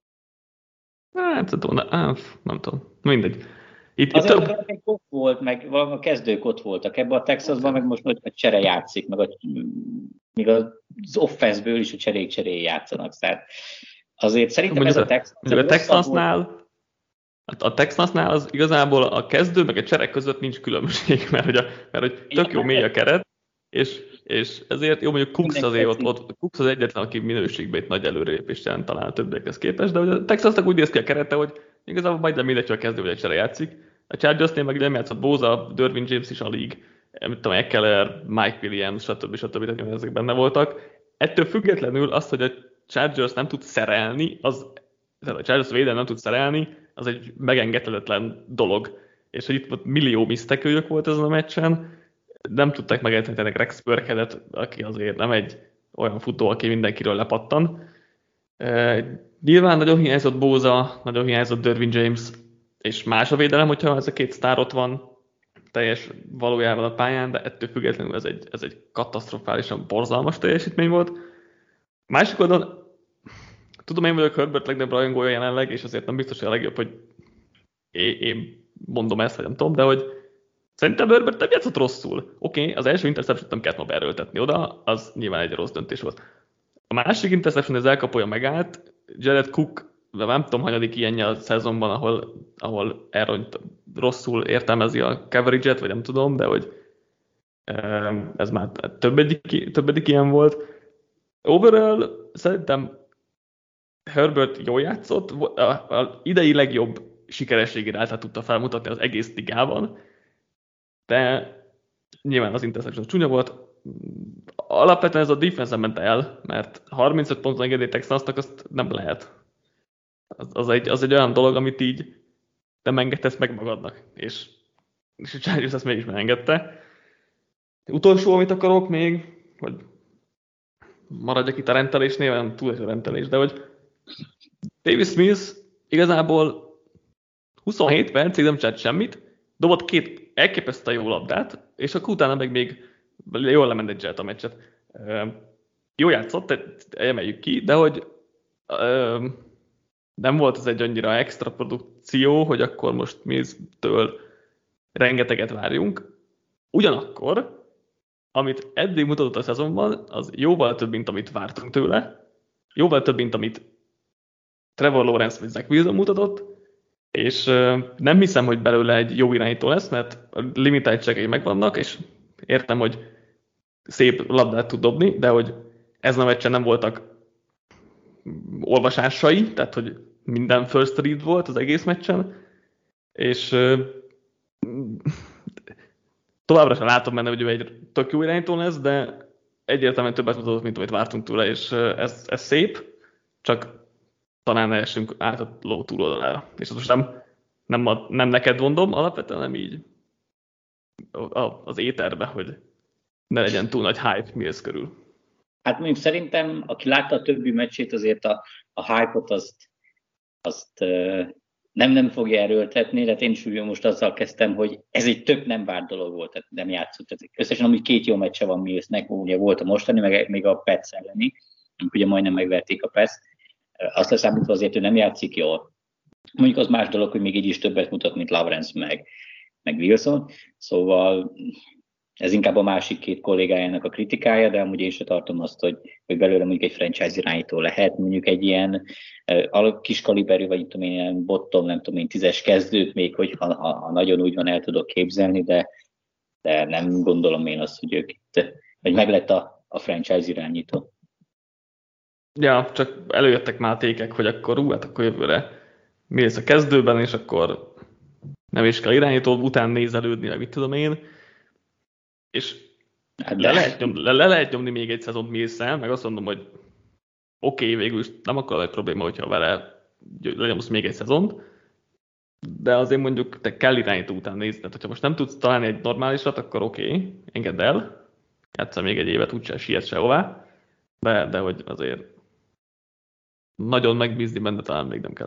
Hát, nem, nem tudom, mindegy. Itt, azért itt több... egy ott volt, meg a kezdők ott voltak ebben a Texasban, meg most a csere játszik, meg a, még az offenszből is a cserék cseréjé játszanak. Tehát azért szerintem mondjuk ez a, a Texas... A Texansnál A Texansnál az igazából a kezdő meg a cserek között nincs különbség, mert hogy, a, mert hogy tök jó mély a keret, és, és ezért jó, mondjuk Cooks azért ott, ott Cooks az egyetlen, aki minőségben itt nagy előrelépést jelent talán a többiekhez képest, de a Texansnak úgy néz ki a kerete, hogy igazából majdnem mindegy, hogy a kezdő vagy a csere játszik. A Chargersnél meg nem játszott Bosa, Derwin James is alig, mit tudom, Ekeler, Mike Williams, stb. stb. stb. Ezek benne voltak. Ettől függetlenül az, hogy a Chargers nem tud szerelni, az, a Chargers védelem nem tud szerelni, az egy megengedhetetlen dolog. És hogy itt millió misztekőjük volt ezen a meccsen, nem tudták megengedni Rex Burkheadet, aki azért nem egy olyan futó, aki mindenkiről lepattan. E, nyilván nagyon hiányzott Bosa, nagyon hiányzott Derwin James, és más a védelem, hogyha ez a két sztár ott van teljes valójában a pályán, de ettől függetlenül ez egy, ez egy katasztrofálisan borzalmas teljesítmény volt. Másik oldalon, tudom, én vagyok Herbert legnagyobb rajongója jelenleg, és azért nem biztos, hogy a legjobb, hogy én mondom ezt, vagy nem tudom, de hogy szerintem Herbert nem játszott rosszul. Oké, okay, az első interception nem kellett ma beerőltetni oda, az nyilván egy rossz döntés volt. A másik interception az elkapója megállt, Jared Cook, de nem tudom, hanyadik ilyenje a szezonban, ahol, ahol Aaron rosszul értelmezi a coverage-et, vagy nem tudom, de hogy Ez már többedik, többedik ilyen volt. Overall szerintem Herbert jól játszott, az idei legjobb sikerességi rátát tudta felmutatni az egész ligában, de nyilván az interception csúnya volt. Alapvetően ez a defense ment el, mert harmincöt ponton engedély Texansnak, azt nem lehet. Az, az, egy, az egy olyan dolog, amit így nem engedhetsz meg magadnak, és, és a Chargers ezt mégis megengedte. Utolsó, amit akarok még, hogy maradjak itt a rendelésnél, nem túl a rendelés, de hogy Davis Smith igazából huszonhét percig nem csinált semmit, dobott két elképesztően jó labdát, és akkor utána meg még jól lemenedzselt a meccset. Jó játszott, emeljük ki, de hogy nem volt ez egy annyira extra produkció, hogy akkor most Smith-től rengeteget várjunk. Ugyanakkor, amit eddig mutatott a szezonban, az jóval több, mint amit vártunk tőle, jóval több, mint amit Trevor Lawrence vagy Zach Wilson mutatott, és nem hiszem, hogy belőle egy jó irányító lesz, mert a limitáltságai megvannak, és értem, hogy szép labdát tud dobni, de hogy ezen a meccsen nem voltak olvasásai, tehát hogy minden first read volt az egész meccsen, és továbbra sem látom benne, hogy ő egy tök jó irányító lesz, de egyértelműen többet mutatott, mint amit vártunk tőle, és ez, ez szép, csak talán ne essünk át a ló túloldalára. És most nem, nem, a, nem neked mondom, alapvetően nem így a, a, az éterbe, hogy ne legyen túl nagy hype Mills körül. Hát mondjuk szerintem, aki látta a többi meccsét, azért a, a hype-ot azt, azt uh, nem, nem fogja erőltetni, de én is úgy most azzal kezdtem, hogy ez egy tök nem várt dolog volt, tehát nem játszott. Tehát összesen amúgy két jó meccse van Millsnek, ugye volt a mostani, meg még a Pets elleni, ugye majdnem megverték a Pets. Azt leszámítva azért, ő nem játszik jól. Mondjuk az más dolog, hogy még így is többet mutat, mint Lawrence meg, meg Wilson. Szóval ez inkább a másik két kollégájának a kritikája, de amúgy én sem tartom azt, hogy, hogy belőle mondjuk egy franchise irányító lehet, mondjuk egy ilyen uh, kis kaliberű, vagy tudom én, ilyen bottom, nem tudom én, tízes kezdőt még, hogy ha, ha, ha nagyon úgy van, el tudok képzelni, de, de nem gondolom én azt, hogy ők itt, hogy meg lett a, a franchise irányító. Ja, csak előjöttek már tékek, hogy akkor ú, hát akkor jövőre mész a kezdőben, és akkor nem is kell irányító után nézelődni, meg mit tudom én. És hát le, lehet nyom, le, le lehet nyomni még egy szezont Millszel, meg azt mondom, hogy oké, okay, végül is nem akkor egy probléma, hogyha vele lenyomsz még egy szezont, de azért mondjuk te kell irányító után nézni. Tehát, hogyha most nem tudsz találni egy normálisat, akkor oké, okay, engedd el, játsszál még egy évet, úgyse sietsz sehová, de, de hogy azért nagyon megbízni benne talán még nem kell.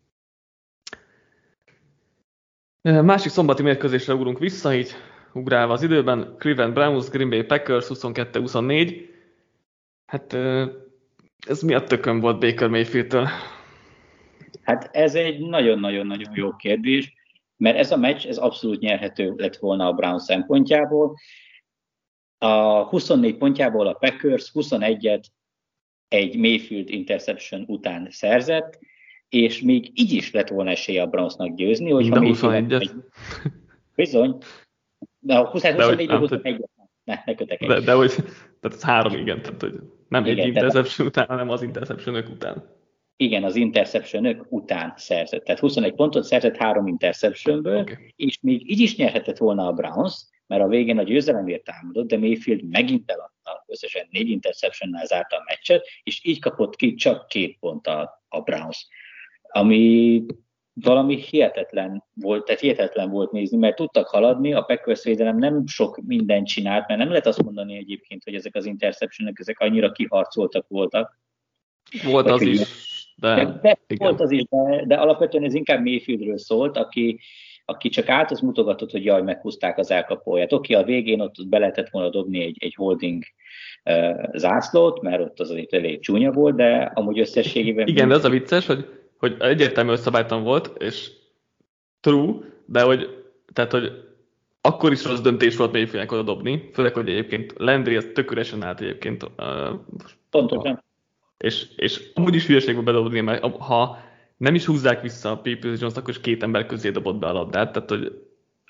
Másik szombati mérkőzésre ugrunk vissza, így ugrálva az időben. Cleveland Browns, Green Bay Packers huszonkettő huszonnégy. Hát ez mi a tökön volt Baker Mayfieldtől? Hát ez egy nagyon-nagyon-nagyon jó kérdés, mert ez a meccs ez abszolút nyerhető lett volna a Browns szempontjából. A huszonnégy pontjából a Packers huszonegyet egy Mayfield interception után szerzett, és még így is lett volna esélye a Brownsnak győzni, hogyha Mayfield... Egy... Bizony. De a huszonnégy huszonegyet ne, ne kötek egy. De, de hogy, tehát ez három, igen, tehát hogy nem igen, egy interception után, hanem az interceptionök után. Igen, az interceptionök után szerzett. Tehát huszonegy pontot szerzett három interceptionből, okay. És még így is nyerhetett volna a Browns, mert a végén a győzelemért támadott, de Mayfield megint eladta, összesen négy interceptionnel zárta a meccset, és így kapott ki csak két pont a, a Browns. Ami valami hihetetlen volt, tehát hihetetlen volt nézni, mert tudtak haladni, a Packers védelem nem sok mindent csinált, mert nem lehet azt mondani egyébként, hogy ezek az interceptionek, ezek annyira kiharcoltak voltak. Volt az is, de... de, de volt az is, de, de alapvetően ez inkább Mayfieldről szólt, aki, aki csak át az mutogatott, hogy jaj, meghúzták az elkapóját. Oké, a végén ott be lehetett volna dobni egy, egy holding uh, zászlót, mert ott az azért elég csúnya volt, de amúgy összességében... Igen, de az a vicces, hogy, hogy egyértelmű szabálytalan volt, és true, de hogy, tehát, hogy akkor is rossz döntés volt Mayfieldnek oda dobni, főleg, hogy egyébként Landry az tök üresen állt egyébként. Uh, Pontosan. És, és amúgy is hülyeség volt bedobni, mert ha nem is húzzák vissza a Peoples Jones, akkor is két ember közé dobott be a labdát, tehát hogy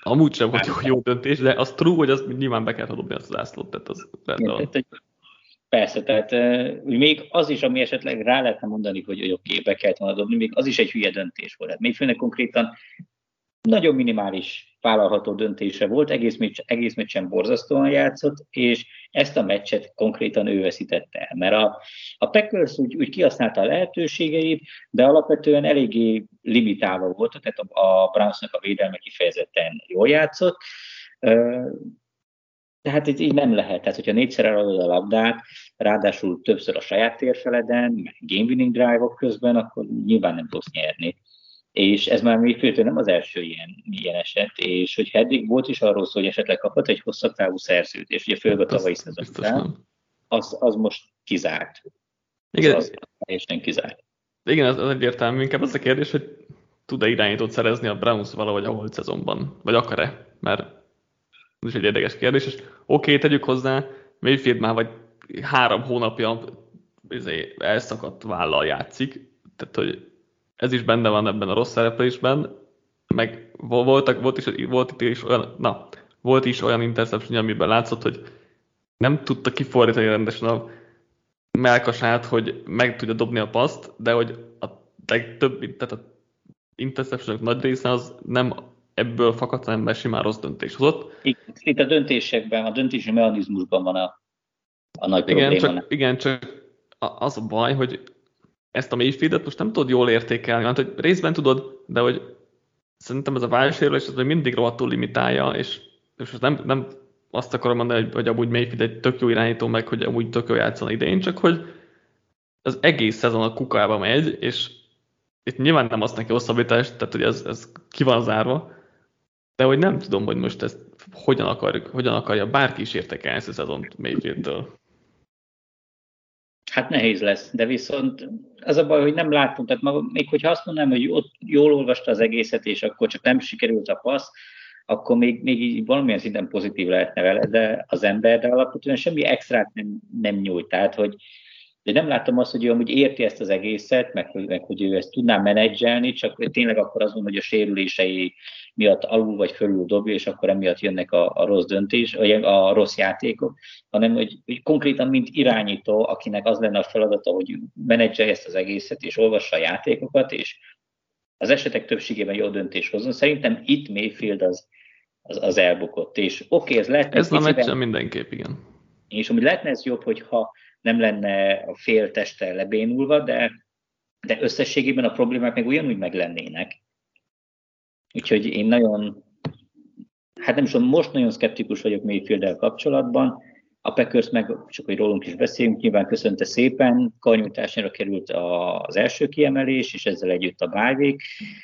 amúgy sem volt jó, jó döntés, de az true, hogy az nyilván be kell dobni azt az zászlót, tehát az Igen, tehát, persze, tehát uh, még az is, ami esetleg rá lehetne mondani, hogy oké, okay, be kellett volna dobni, még az is egy hülye döntés volt. Még főleg konkrétan nagyon minimális vállalható döntése volt, egész, meccs, egész meccsen borzasztóan játszott, és ezt a meccset konkrétan ő veszítette el. Mert a, a Packers úgy, úgy kihasználta a lehetőségeit, de alapvetően eléggé limitálva volt, tehát a, a Brownsnak a védelme kifejezetten jól játszott. Tehát így, így nem lehet. Tehát, hogyha négyszer eladod a labdát, ráadásul többször a saját térfeleden, meg game winning drive-ok közben, akkor nyilván nem tudsz nyerni. És ez már még főtől nem az első ilyen, ilyen eset, és hogyha eddig volt is arról szó, hogy esetleg kapott egy hosszabb távú szerződést, ugye főleg a tavalyi szezon után, az, az most kizárt. Igen, az, az teljesen kizárt. Igen, az, az egyértelmű. Inkább az a kérdés, hogy tud-e irányítót szerezni a Browns valahogy a holt szezonban, vagy akar-e? Mert ez is egy érdekes kérdés, és oké, okay, tegyük hozzá, Mayfield már vagy három hónapja elszakadt vállal játszik, tehát hogy ez is benne van ebben a rossz szereplésben, meg voltak, volt, is, volt itt is olyan, na, volt is olyan interception, amiben látszott, hogy nem tudta kifordítani rendesen a mellkasát, hogy meg tudja dobni a paszt, de hogy a legtöbb, tehát a interceptionok nagy része az nem ebből fakadt, hanem simán rossz döntés hozott. Itt a döntésekben, a döntési mechanizmusban van a, a nagy igen, probléma. Csak, igen, csak az a baj, hogy ezt a Mayfieldet most nem tudod jól értékelni, mert hogy részben tudod, de hogy szerintem ez a válsérülés ez még mindig rohadtul limitálja, és, és nem, nem azt akarom mondani, hogy, hogy amúgy Mayfield egy tök jó irányító, meg hogy amúgy tök jó játszana idején, csak hogy az egész szezon a kukába megy, és itt nyilván nem azt neki hosszabbítást, tehát hogy ez, ez ki van zárva, de hogy nem tudom, hogy most ezt hogyan, akarjuk, hogyan akarja bárki is értékelni ezt a szezont Mayfieldtől. Hát nehéz lesz, de viszont az a baj, hogy nem látunk, tehát maga, még hogyha azt mondanám, hogy ott jól olvasta az egészet, és akkor csak nem sikerült a passz, akkor még, még így valamilyen szinten pozitív lehetne vele, de az ember, de alapvetően semmi extrát nem, nem nyújt. Tehát, hogy de nem látom azt, hogy ő amúgy érti ezt az egészet, meg, meg hogy ő ezt tudná menedzselni, csak tényleg akkor az van, hogy a sérülései miatt alul vagy fölül dobja, és akkor emiatt jönnek a, a rossz döntés, vagy a rossz játékok, hanem hogy, hogy konkrétan mint irányító, akinek az lenne a feladata, hogy menedzselje ezt az egészet, és olvassa a játékokat, és az esetek többségében jó döntés hozzon. Szerintem itt Mayfield az, az, az elbukott. És oké, okay, ez lehetne... Ez a meccsen mindenképp, igen. És amúgy lehetne ez jobb, hogyha nem lenne a fél teste lebénulva, de, de összességében a problémák meg ugyanúgy meg lennének. Úgyhogy én nagyon, hát nem is tudom, most nagyon szkeptikus vagyok Mayfield-el kapcsolatban. A Packers meg, csak hogy rólunk is beszélünk, nyilván köszönte szépen, karnyújtásra került az első kiemelés, és ezzel együtt a bye week,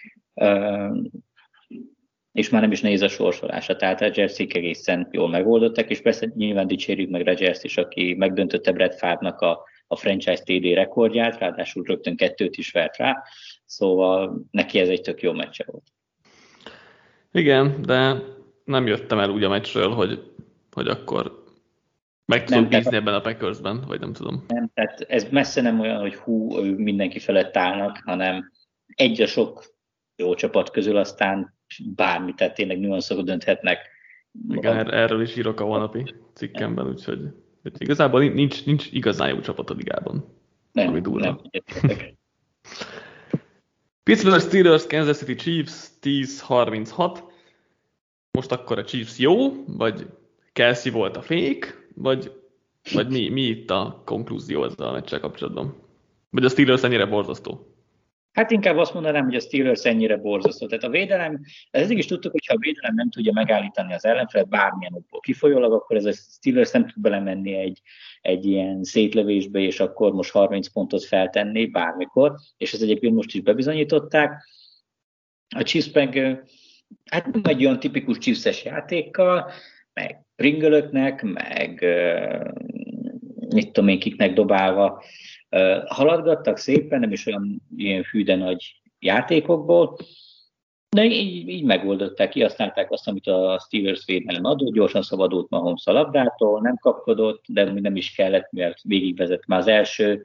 és már nem is nehéz a sorsolása, tehát Rodgersék egészen jól megoldották, és persze nyilván dicsérjük meg Rodgers is, aki megdöntötte Brett Favre-nak a, a franchise té dé rekordját, ráadásul rögtön kettőt is vert rá, szóval neki ez egy tök jó meccse volt. Igen, de nem jöttem el úgy a meccsről, hogy, hogy akkor meg tudod bízni ebben a Packersben, vagy nem tudom. Nem, tehát ez messze nem olyan, hogy hú, mindenki felett állnak, hanem egy a sok jó csapat közül, aztán bármi, tehát tényleg nüanszok dönthetnek. Igen, er- erről is írok a holnapi cikkemben, úgyhogy, úgyhogy igazából nincs, nincs igazán jó csapat a ligában. Nem, ami durva. nem. Pittsburgh Steelers, Kansas City Chiefs tíz harminchat. Most akkor a Chiefs jó, vagy Kelsey volt a fék, vagy, vagy mi, mi itt a konklúzió ezzel a meccsel kapcsolatban? Vagy a Steelers ennyire borzasztó? Hát inkább azt mondanám, hogy a Steelers ennyire borzasztó. Tehát a védelem, ezek is tudtuk, hogy ha a védelem nem tudja megállítani az ellenfelet bármilyen okból kifolyólag, akkor ez a Steelers nem tud belemenni egy, egy ilyen szétlövésbe, és akkor most harminc pontot feltenni bármikor, és ez egyébként most is bebizonyították. A Chiefs meg, hát nem egy olyan tipikus Chiefs-es játékkal, meg Pringölöknek, meg mit tudom én, kiknek dobálva, haladgattak szépen, nem is olyan ilyen hű, de nagy játékokból, de így, így megoldották, kihasználták azt, amit a Steelers védelem adott, gyorsan szabadult Mahomes a labdától, nem kapkodott, de nem is kellett, mert végigvezett már az első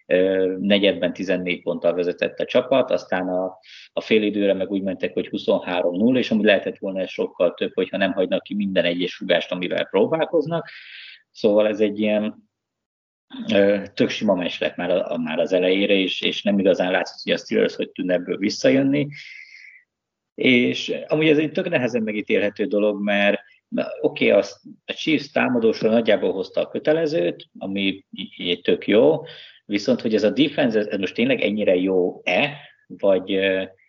negyedben tizennégy ponttal vezetett a csapat, aztán a, a fél időre meg úgy mentek, hogy huszonhárom null, és amúgy lehetett volna ez sokkal több, hogyha nem hagynak ki minden egyes rugást, amivel próbálkoznak. Szóval ez egy ilyen tök sima meccs lett már, a, már az elejére, és, és nem igazán látszott, hogy a Steelers hogy tudna ebből visszajönni. És amúgy ez egy tök nehezen megítélhető dolog, mert oké, okay, a Chiefs támadósor nagyjából hozta a kötelezőt, ami így tök jó, viszont hogy ez a defense, ez most tényleg ennyire jó-e, vagy,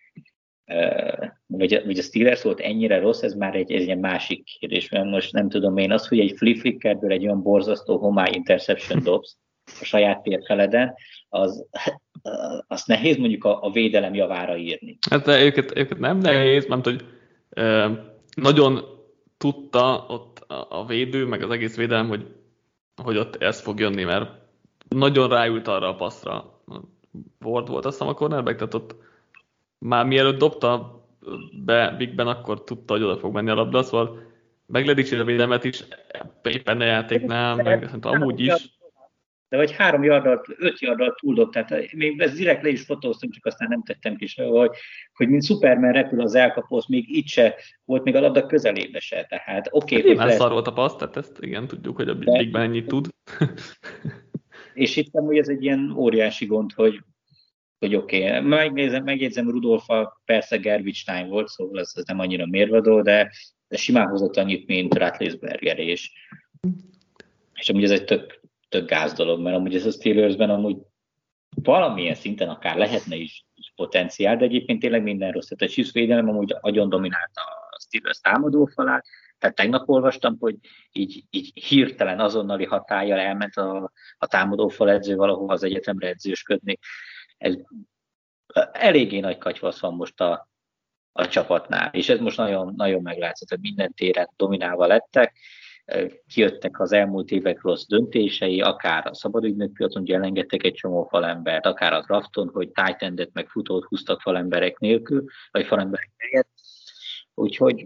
vagy, vagy a Steelers volt ennyire rossz, ez már egy, ez egy másik kérdés, mert most nem tudom én, az, hogy egy flip flickerből egy olyan borzasztó homály interception dobsz a saját térfeleden, az, az nehéz mondjuk a, a védelem javára írni. Hát őket, őket nem nehéz, mert hogy ö, nagyon tudta ott a, a védő, meg az egész védelem, hogy, hogy ott ez fog jönni, mert nagyon ráült arra a passzra. Ward volt azt hiszem a cornerback, tehát ott már mielőtt dobta be Big Ben, akkor tudta, hogy oda fog menni a labda, szóval megledítsére a védelmet is, éppen a játéknál, meg szerintem amúgy is. De vagy három yarddal, öt yarddal túldobt, tehát még ezt direkt le is fotóztam, csak aztán nem tettem ki se, hogy, hogy mint Superman repül az elkapóz, még itt se volt, még a labda közelébe se, tehát oké. Okay, nyilván szar volt a passz, tehát ezt igen, tudjuk, hogy a Big Ben ennyit tud. És itt amúgy ez egy ilyen óriási gond, hogy, hogy oké, okay. Megnézem, megjegyzem, Rudolfa persze garbage time volt, szóval ez, ez nem annyira mérvadó, de, de simán hozott annyit, mint Ratlisberger, és, és amúgy ez egy tök tök gáz dolog, mert amúgy ez a Steelersben amúgy valamilyen szinten akár lehetne is, is potenciál, de egyébként tényleg minden rossz. Tehát a Chiefs védelem amúgy agyon dominálta a Steelers támadófalát, tehát tegnap olvastam, hogy így, így hirtelen azonnali hatállyal elment a, a támadófal edző valahova az egyetemre edzősködni. Ez eléggé nagy katyvasz van most a, a csapatnál, és ez most nagyon, nagyon meglátszott, hogy minden téren dominálva lettek, kijöttek az elmúlt évek rossz döntései, akár a szabadügynök piacon, hogy elengedtek egy csomó falembert, akár a drafton, hogy tight endet meg futót húztak falemberek nélkül, vagy falemberek helyett. Úgyhogy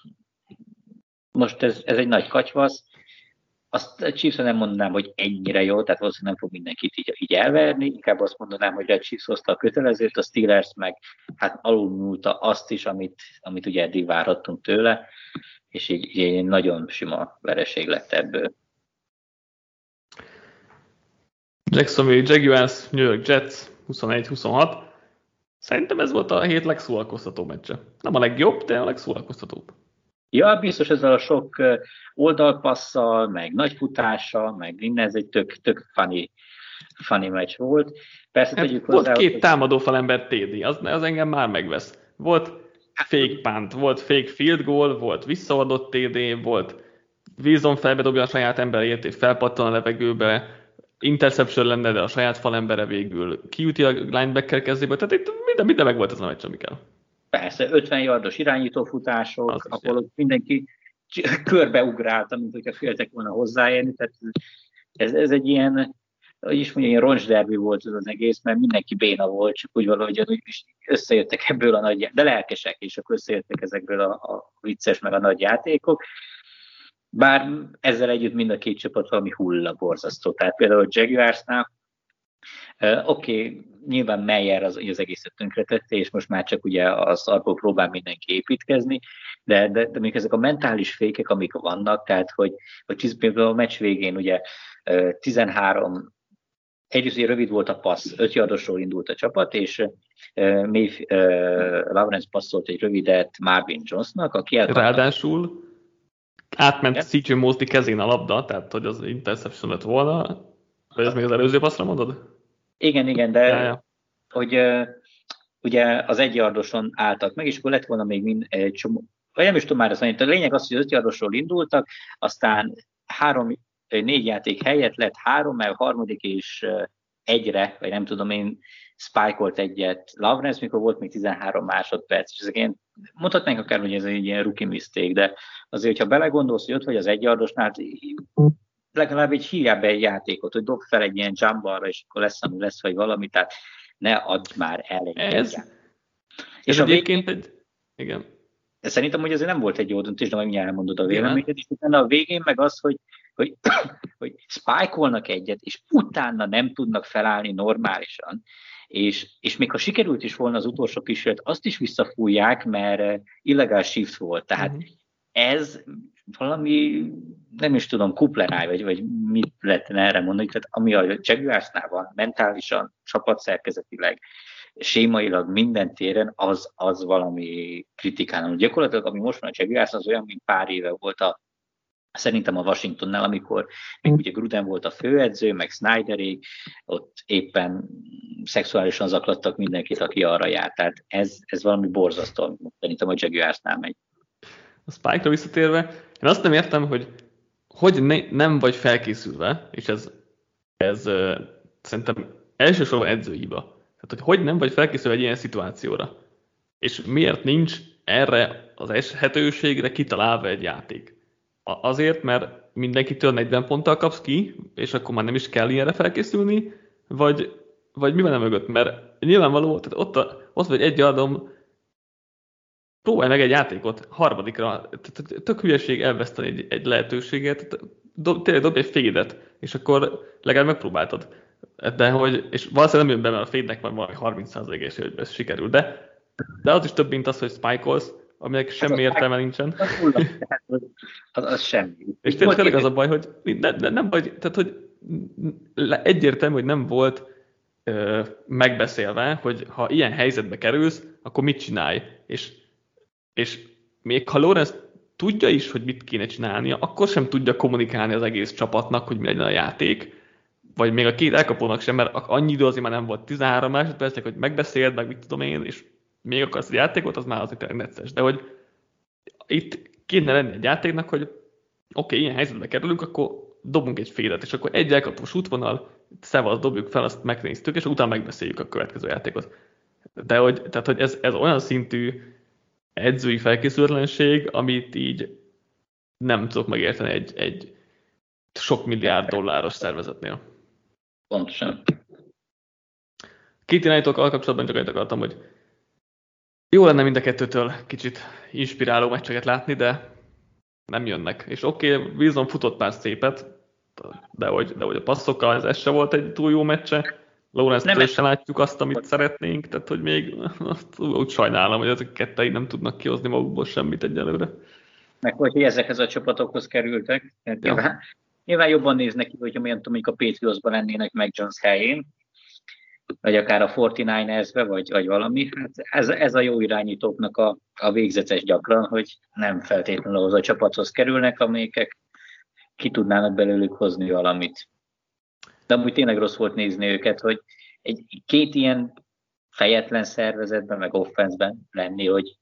most ez, ez egy nagy katyvasz. Azt a Chiefs nem mondanám, hogy ennyire jó, tehát valószínűleg nem fog mindenkit így, így elverni, inkább azt mondanám, hogy a Chiefs hozta a kötelezőt, a Steelers meg hát alulmúlta azt is, amit, amit ugye eddig várhattunk tőle, és így, így egy nagyon sima vereség lett ebből. Jacksonville Jaguars, New York Jets huszonegy huszonhat. Szerintem ez volt a hét legszólalkoztatóbb meccse. Nem a legjobb, de a legszólalkoztatóbb. Ja, biztos ezzel a sok oldalpasszal, meg nagy futással, meg minden, ez egy tök, tök funny, funny meccs volt. Persze hát tegyük volt hozzá, két hogy... támadófalember té dé, az, az engem már megvesz. Volt fake punt, volt fake field goal, volt visszaadott té dé, volt Wilson felbe dobja a saját emberét, és felpattan a levegőbe, interception lenne, de a saját falembere végül kiüti a linebacker kezéből, tehát itt minden, minden meg volt ez a meccs, ami kell. Persze, ötven yardos irányítófutások, ahol mindenki körbeugrált, mint hogyha féltek volna hozzáérni, tehát ez, ez egy ilyen, hogy is mondja, ilyen roncsderbi volt az, az egész, mert mindenki béna volt, csak úgy valahogy úgy összejöttek ebből a nagy, de lelkesek, és akkor összejöttek ezekből a, a vicces meg a nagy játékok. Bár ezzel együtt mind a két csapat valami hulla borzasztó. Tehát például a Jaguarsnál, uh, oké, okay, nyilván Meyer az, az egészet tönkretette, és most már csak ugye az arról próbál mindenki építkezni, de, de, de még ezek a mentális fékek, amik vannak, tehát hogy, hogy például a meccs végén ugye uh, tizenhárom, egyrészt ugye rövid volt a passz, öt yardosról indult a csapat, és uh, még uh, Lawrence passzolt egy rövidet Marvin Jonesnak, aki elkapta. Ráadásul átment ja. cé jé Mosley kezén a labda, tehát hogy az interception lett volna, vagy ez még az előző passzra mondod? Igen, igen, de ja, ja. hogy uh, ugye az egyardoson álltak meg, és akkor lett volna még mind egy csomó, vagy nem is tudom már azt mondani, a lényeg az, hogy az ötyardosról indultak, aztán három, négy játék helyett lett három, mert a harmadik és uh, egyre, vagy nem tudom én, spike-olt egyet Lawrence, mikor volt még tizenhárom másodperc, és ezek ilyen, mondhatnánk akár, hogy ez egy ilyen rookie mistake, de azért, hogyha belegondolsz, hogy ott vagy az egyardosnál, legalább egy hívjál be egy játékot, hogy dob fel egy ilyen jump ballra, és akkor lesz, ami lesz, vagy valami, tehát ne add már el egy Ez, ez és a egyébként végén... egy... Igen. De szerintem, hogy azért nem volt egy jó döntés, de majd mindjárt elmondod a véleményed, és utána a végén meg az, hogy, hogy, hogy spike-olnak egyet, és utána nem tudnak felállni normálisan, és, és még ha sikerült is volna az utolsó kísérlet, azt is visszafújják, mert illegál shift volt. Tehát uh-huh. ez valami, nem is tudom, kupleráj, vagy, vagy mit lehetne erre mondani, tehát ami a Jaguarsnál van, mentálisan, csapatszerkezetileg, sémailag minden téren, az, az valami kritikálnak. Gyakorlatilag, ami most van a Jaguars, az olyan, mint pár éve volt a, szerintem a Washingtonnál, amikor még ugye Gruden volt a főedző, meg Snyderék, ott éppen szexuálisan zaklattak mindenkit, aki arra járt. Tehát ez, ez valami borzasztó, szerintem a Jaguarsnál megy. A Spike-ra visszatérve, én azt nem értem, hogy hogy ne, nem vagy felkészülve, és ez, ez uh, szerintem elsősorban edzőhiba. Tehát, hogy hogy nem vagy felkészülve egy ilyen szituációra. És miért nincs erre az eshetőségre kitalálva egy játék? Azért, mert mindenkitől negyven ponttal kapsz ki, és akkor már nem is kell ilyenre felkészülni, vagy, vagy mi van mögött? Mert nyilvánvaló, tehát ott, a, ott vagy egy adom, próbálj meg egy játékot harmadikra, tök hülyeség elveszteni egy, egy lehetőséget, dob, tényleg dobj egy fédet, és akkor legalább megpróbáltad. De hogy, és valószínűleg nem jön be, mert a fédnek van valami harminc százalék hogy ez sikerül, de, de az is több, mint az, hogy spike-olsz, aminek semmi értelme nincsen. Az, az, az semmi. És tényleg az a baj, hogy ne, ne, nem vagy, tehát hogy egyértelmű, hogy nem volt ö, megbeszélve, hogy ha ilyen helyzetbe kerülsz, akkor mit csinálj. És, és még ha Lawrence tudja is, hogy mit kéne csinálnia, akkor sem tudja kommunikálni az egész csapatnak, hogy mi legyen a játék, vagy még a két elkapónak sem, mert annyi idő azért már nem volt, tizenhárom másodpercek, hogy megbeszéld, meg mit tudom én, és még akarsz egy játékot, az már azért tényleg necces. De hogy itt kéne lenni egy játéknak, hogy oké, okay, ilyen helyzetbe kerülünk, akkor dobunk egy félet, és akkor egy elkapós útvonal, szevasz, dobjuk fel, azt megnéztük, és utána megbeszéljük a következő játékot. De hogy, tehát, hogy ez, ez olyan szintű edzői felkészületlenség, amit így nem tudok megérteni egy, egy sok milliárd dolláros szervezetnél. Pontosan. Két irányítókkal kapcsolatban csak annyit akartam, hogy jó lenne mind a kettőtől kicsit inspiráló meccseket látni, de nem jönnek. És oké, okay, Wilson futott pár szépet, de hogy, de hogy a passzokkal ez, ez se volt egy túl jó meccse. Lawrence-től sem látjuk azt, amit szeretnénk, tehát hogy még azt úgy sajnálom, hogy ezek kettei nem tudnak kihozni magukból semmit egyelőre. Meg hogy ezekhez a csapatokhoz kerültek. Ja. Nyilván, nyilván jobban néznek ki, hogyha milyen tudom, a Patriotsban lennének meg Jones helyén, vagy akár a negyvenkilencesbe, vagy, vagy valami. Hát ez, ez a jó irányítóknak a, a végzetes gyakran, hogy nem feltétlenül ahhoz a csapathoz kerülnek, amelyek ki tudnának belőlük hozni valamit. De amúgy tényleg rossz volt nézni őket, hogy egy két ilyen fejetlen szervezetben, meg offenszben lenni, hogy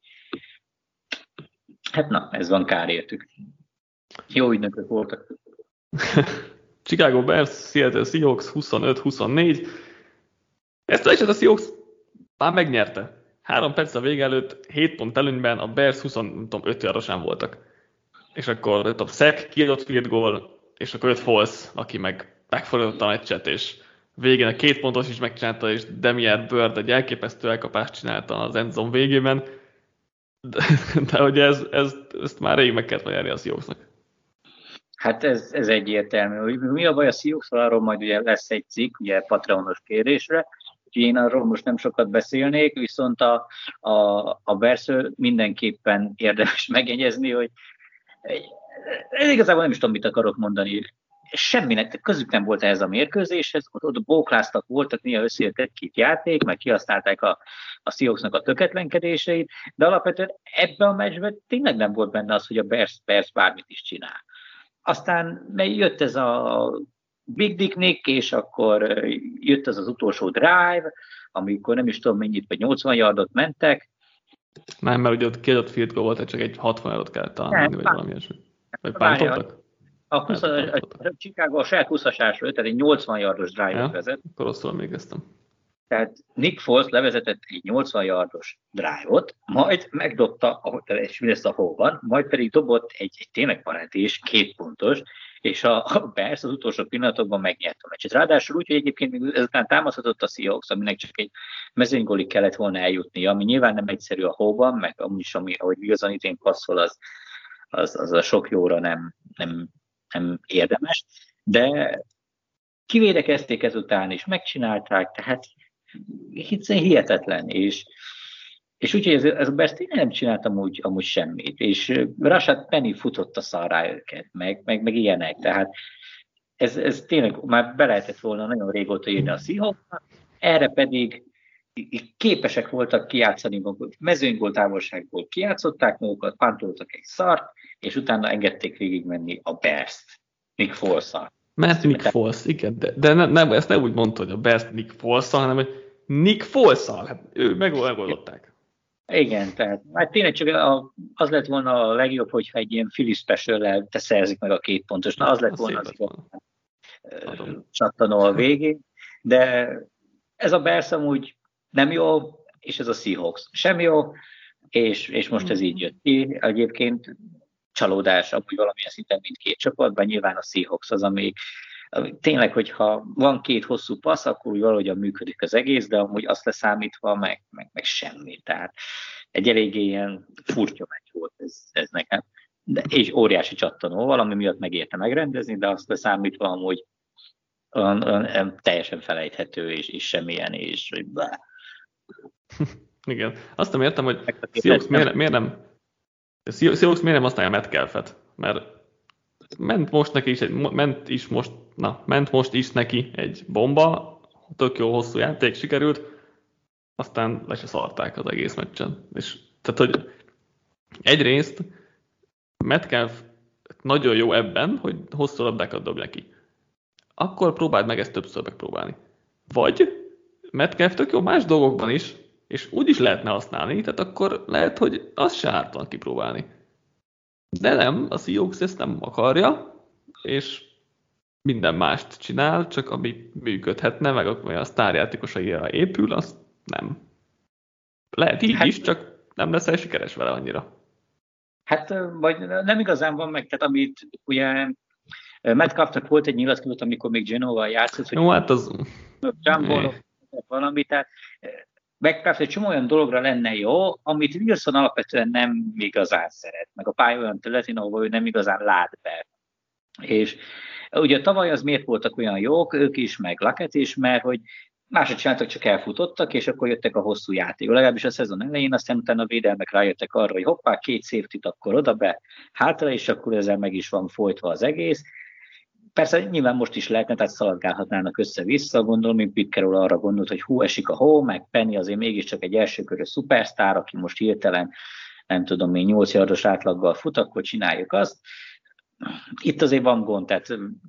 hát na, ez van, kár értük. Jó ügynökök voltak. Chicago Bears, Seattle Seahawks huszonöt huszonnégy. Ezt a a Seahawks már megnyerte. Három perc a vége előtt, hét pont előnyben, a Bears huszonöt yardosan voltak. És akkor a sack, kiadott field goal, és akkor jött Foles, aki meg megfordította a meccset, és végén a két pontos is megcsinálta, és Demier Bird egy elképesztő elkapást csinálta az endzone végében. De, de hogy ez, ez, ezt már rég meg kellett nyerni a Seahawksnak. Hát ez, ez egyértelmű. Hogy mi a baj a Seahawks-val, arról majd ugye lesz egy cikk, ugye Patreonos kérésre, úgyhogy én arról most nem sokat beszélnék, viszont a, a, a Bears-ről mindenképpen érdemes megjegyezni, hogy én igazából nem is tudom, mit akarok mondani. Semminek közük nem volt ehhez a mérkőzéshez, ott, ott bókláztak voltak, néha összejött egy-két játék, meg kihasználták a, a Seahawksnak a töketlenkedéseit, de alapvetően ebben a meccsben tényleg nem volt benne az, hogy a Bears, Bears bármit is csinál. Aztán jött ez a Big Dick Nick, és akkor jött az az utolsó drive, amikor nem is tudom mennyit, vagy nyolcvan yardot mentek. Nem, mert ugye ott kiadott field goal volt, csak egy hatvan yardot kellett találni, vagy valami ilyesmi. Vagy pántoltak? A, húsz, a, a Chicago a saját húszasásról, tehát egy nyolcvan yardos drive-ot ja, vezet. Akkor rosszul emlékeztem. Tehát Nick Foles levezetett egy nyolcvan yardos drive-ot, majd megdobta, és mi lesz a hóban, majd pedig dobott egy, egy tényleg parádés, két pontos, és a, a Bears az utolsó pillanatokban megnyert a meccset. Ráadásul úgy, hogy egyébként még ezután támadhatott a Seahawks, aminek csak egy mezőnygólig kellett volna eljutni, ami nyilván nem egyszerű a hóban, meg amúgy is, ami, ahogy igazán idén passzol, az, az, az a sok jóra nem, nem, nem érdemes, de kivédekezték ezután, és megcsinálták, tehát hihetetlen, és És úgyhogy ez, ez a Bears tényleg nem csináltam úgy, amúgy semmit, és Rashad Penny futott a szarrá őket, meg, meg, meg ilyenek, tehát ez, ez tényleg már be lehetett volna nagyon régóta írni a Seahawksnak, erre pedig képesek voltak kijátszani magukat, mezőnygól távolságból kijátszották magukat, pántoltak egy szart, és utána engedték végigmenni a Bears-t, Nick Foles-szal. Mert Nick Foles, igen, de, de ne, ne, ezt nem úgy mondta, hogy a Bears Nick Foles-szal, hanem hogy Nick Foles-szal, hát ő megoldották. Igen, tehát hát tényleg csak az lett volna a legjobb, hogyha egy ilyen Philly special-lel te szerzik meg a két pontos. Na, az lett volna az csattanó a végén, de ez a Bears amúgy nem jó, és ez a Seahawks sem jó, és, és most ez így jött ki. Egyébként csalódás amúgy valamilyen szinten mindkét csapatban, nyilván a Seahawks az, ami tényleg, hogyha van két hosszú passz, akkor úgy valahogyan működik az egész, de amúgy azt leszámítva meg, meg, meg semmi. Tehát egy eléggé ilyen furcsa meccs volt ez, ez nekem. De, és óriási csattanó, valami miatt megérte megrendezni, de azt leszámítva amúgy olyan, olyan, teljesen felejthető, és, és semmilyen, és bá. Igen. Azt nem értem, hogy Seahawks miért, miért nem Seahawks miért nem használja Metcalfet, mert ment most neki is egy, ment is most, na, ment most is neki egy bomba, tök jó hosszú játék sikerült, aztán le se szarták az egész meccsen. És tehát, hogy egyrészt Metcalf nagyon jó ebben, hogy hosszú labdákat dob neki. Akkor próbáld meg ezt többször megpróbálni. Vagy Metcalf tök jó más dolgokban is, és úgy is lehetne használni, tehát akkor lehet, hogy az se ártlan kipróbálni. De nem, a Seahawks ezt nem akarja, és minden mást csinál, csak ami működhetne, meg a sztárjátékosaira épül, az nem. Lehet így hát, is, csak nem leszel sikeres vele annyira. Hát, vagy nem igazán van meg, tehát amit ugye Metcalfnak volt egy nyilatkozat, amikor még Genoa játszott, hogy jó, hát az... Jumbo valami, tehát Metcalf egy csomó olyan dologra lenne jó, amit Wilson alapvetően nem igazán szeret, meg a pálya olyan területén, ahol ő nem igazán lát be. És ugye tavaly az miért voltak olyan jók, ők is, meg Lockett is, mert hogy másod csináltak, csak elfutottak, és akkor jöttek a hosszú játékok. Legalábbis a szezon elején, aztán utána a védelmek rájöttek arra, hogy hoppá, két safety-t akkor oda be, hátra, és akkor ezzel meg is van folytva az egész. Persze nyilván most is lehetne, tehát szaladgálhatnának össze-vissza, gondolom, mint Pete Carroll arra gondolt, hogy hú, esik a hó, meg Penny azért mégiscsak egy elsőkörös szupersztár, aki most hirtelen, nem tudom én, nyolc yardos átlaggal fut, akkor csináljuk azt. Itt azért van gond, tehát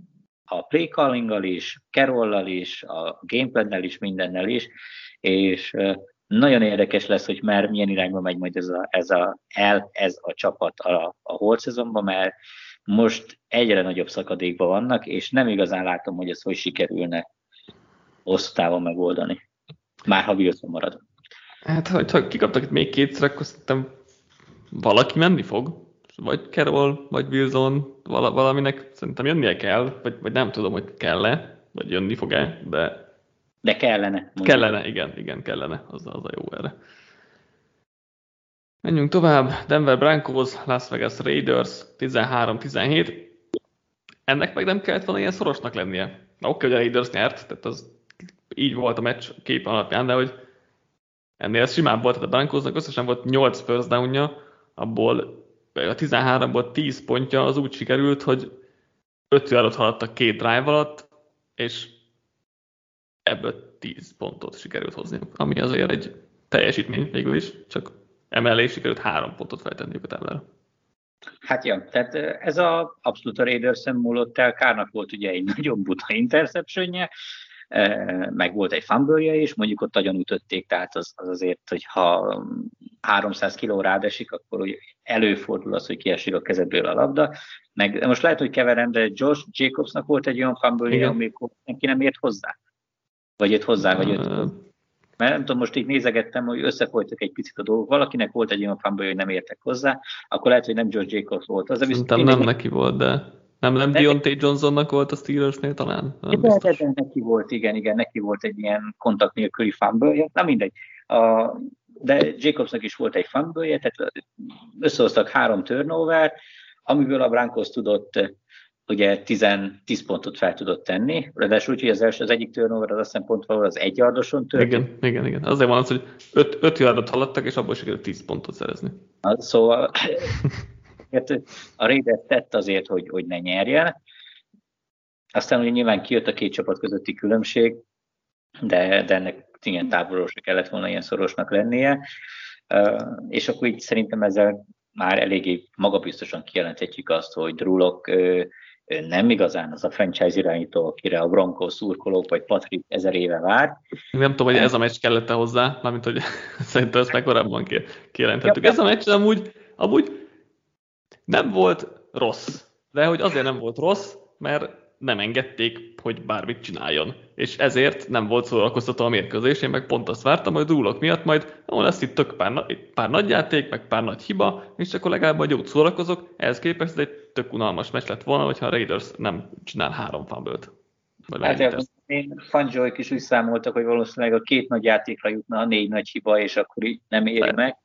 a play callinggal is, Carrollal is, a gameplannel is, mindennel is, és nagyon érdekes lesz, hogy már milyen irányba megy majd ez a, ez a, el, ez a csapat a, a holt szezonban, mert most egyre nagyobb szakadékban vannak, és nem igazán látom, hogy ez hogy sikerülne osztávon megoldani. Már ha Wilson marad. Hát, ha kikaptak itt még kétszer, akkor szerintem valaki menni fog. Vagy Carroll, vagy Wilson, valaminek szerintem jönnie kell, vagy, vagy nem tudom, hogy kell-e, vagy jönni fog-e, de... De kellene. Mondjuk. Kellene, igen, igen, kellene, az, az a jó erre. Menjünk tovább, Denver Broncos, Las Vegas Raiders, tizenhárom tizenhét. Ennek meg nem kellett volna ilyen szorosnak lennie. Na oké, hogy a Raiders nyert, tehát az így volt a meccs kép alapján, de hogy ennél ez simán volt, tehát a Broncosnak összesen volt nyolc first downja, abból a tizenháromból tíz pontja az úgy sikerült, hogy öt yardot haladtak két drive alatt, és ebből tíz pontot sikerült hozni, ami azért egy teljesítmény végül is, csak emellé sikerült három pontot feltenniük a táblára. Hát ja, tehát ez a abszolút a Raiders-en múlott el, Kárnak volt ugye egy nagyon buta interceptionje, meg volt egy fumble-je is, mondjuk ott nagyon ütötték, tehát az, az azért, hogy ha háromszáz kiló rád esik, akkor úgy előfordul az, hogy kiesik a kezedből a labda. Meg most lehet, hogy keverem, de Josh Jacobsnak volt egy olyan fumble-je, amikor neki nem ért hozzá. Vagy jött hozzá, vagy jött hozzá. Mert nem tudom, most így nézegettem, hogy összefolytak egy picit a dolgok. Valakinek volt egy olyan fumble, hogy nem értek hozzá, akkor lehet, hogy nem Josh Jacobs volt. Az, szerintem nem neki volt, de... Nem, nem Deontay Johnsonnak volt a Steelersnél talán? Nem de, de, biztos. de neki volt, igen, igen, neki volt egy ilyen kontakt nélküli fumble, na mindegy. A, de Jacobsnak is volt egy fumble, tehát összehoztak három turnover, amiből a Broncos tudott ugye tíz pontot fel tudott tenni, ráadásul úgy, hogy az első, az egyik turnover az azt hiszem pont valahol az egy yardoson történt. Igen, igen, igen. Azért van az, hogy öt, öt yardot haladtak, és abból sikerült tíz pontot szerezni. Szóval a Raiders tett azért, hogy, hogy ne nyerjen. Aztán ugye nyilván kijött a két csapat közötti különbség, de, de ennek igen távolról se kellett volna ilyen szorosnak lennie. Uh, és akkor így szerintem ezzel már eléggé magabiztosan kijelenthetjük azt, hogy Drew Lock uh, nem igazán az a franchise irányító, akire a Broncos szurkolók vagy Patrick ezer éve vár. Nem tudom, hogy ez a meccs kellett hozzá, mármint, hogy szerintem ezt meg korábban kijelentettük. Ez a meccs amúgy, amúgy nem volt rossz, de hogy azért nem volt rossz, mert nem engedték, hogy bármit csináljon. És ezért nem volt szórakoztató a mérkőzés. Én meg pont azt vártam, hogy Drew Lock miatt majd ó, lesz itt tök pár, pár nagy játék, meg pár nagy hiba, és akkor legalább majd jót szórakozok. Ehhez képest ez egy tök unalmas meccs lett volna, hogyha a Raiders nem csinál három fumble-t. Hát én Fangioik is úgy számoltak, hogy valószínűleg a két nagy játékra jutna a négy nagy hiba, és akkor így nem éri de. meg.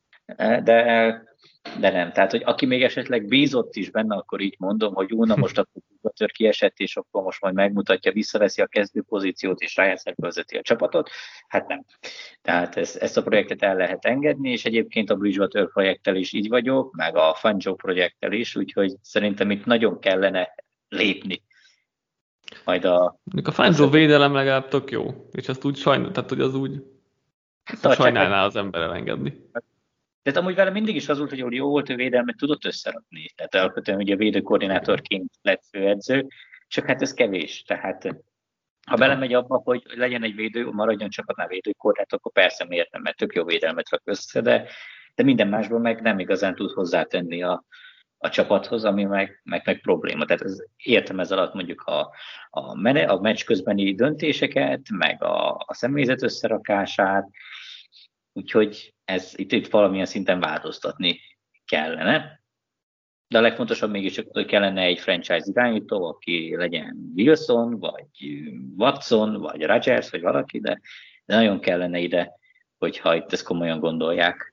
De, de nem. Tehát, hogy aki még esetleg bízott is benne, akkor így mondom, hogy ú, na most akkor tör kiesett, és akkor most majd megmutatja, visszaveszi a kezdő pozíciót, és rájátszák vezeti a csapatot. Hát nem. Tehát ezt, ezt a projektet el lehet engedni, és egyébként a Bridgewater projekttel is így vagyok, meg a Fangio projekttel is, úgyhogy szerintem itt nagyon kellene lépni. Majd a... A Fangio védelem legalább tök jó, és ezt úgy sajnál, tehát hogy az úgy sajnálná az ember elengedni. Tehát amúgy vele mindig is az volt, hogy jó volt, ő védelmet tudott összerakni. Tehát alapvetően ugye a védőkoordinátorként lett főedző, csak hát ez kevés. Tehát ha belemegy abba, hogy legyen egy védő, maradjon csapatnál védőkoordinátor, akkor persze miért nem, mert tök jó védelmet rak össze, de, de minden másból meg nem igazán tud hozzátenni a, a csapathoz, ami meg, meg, meg probléma. Tehát ez, értem ez alatt mondjuk a, a, mene, a meccs közbeni döntéseket, meg a, a személyzet összerakását, úgyhogy ez itt, itt valamilyen szinten változtatni kellene. De a legfontosabb mégiscsak, hogy kellene egy franchise irányító, aki legyen Wilson, vagy Watson, vagy Rodgers, vagy valaki, de, de nagyon kellene ide, hogyha itt ezt komolyan gondolják.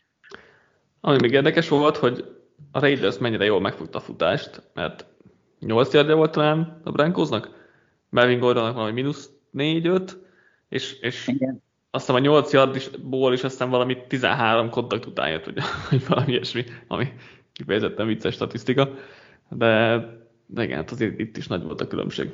Ami még érdekes volt, hogy a Raiders mennyire jól megfogta a futást, mert nyolc yardja volt talán a Broncosnak, Melvin Gordonnak valami mínusz négy öt, és, és azt hiszem a nyolc yardból is aztán valami tizenhárom kontakt után jött, vagy, vagy valami ilyesmi, ami kifejezetten vicces statisztika, de, de igen, hát azért itt is nagy volt a különbség.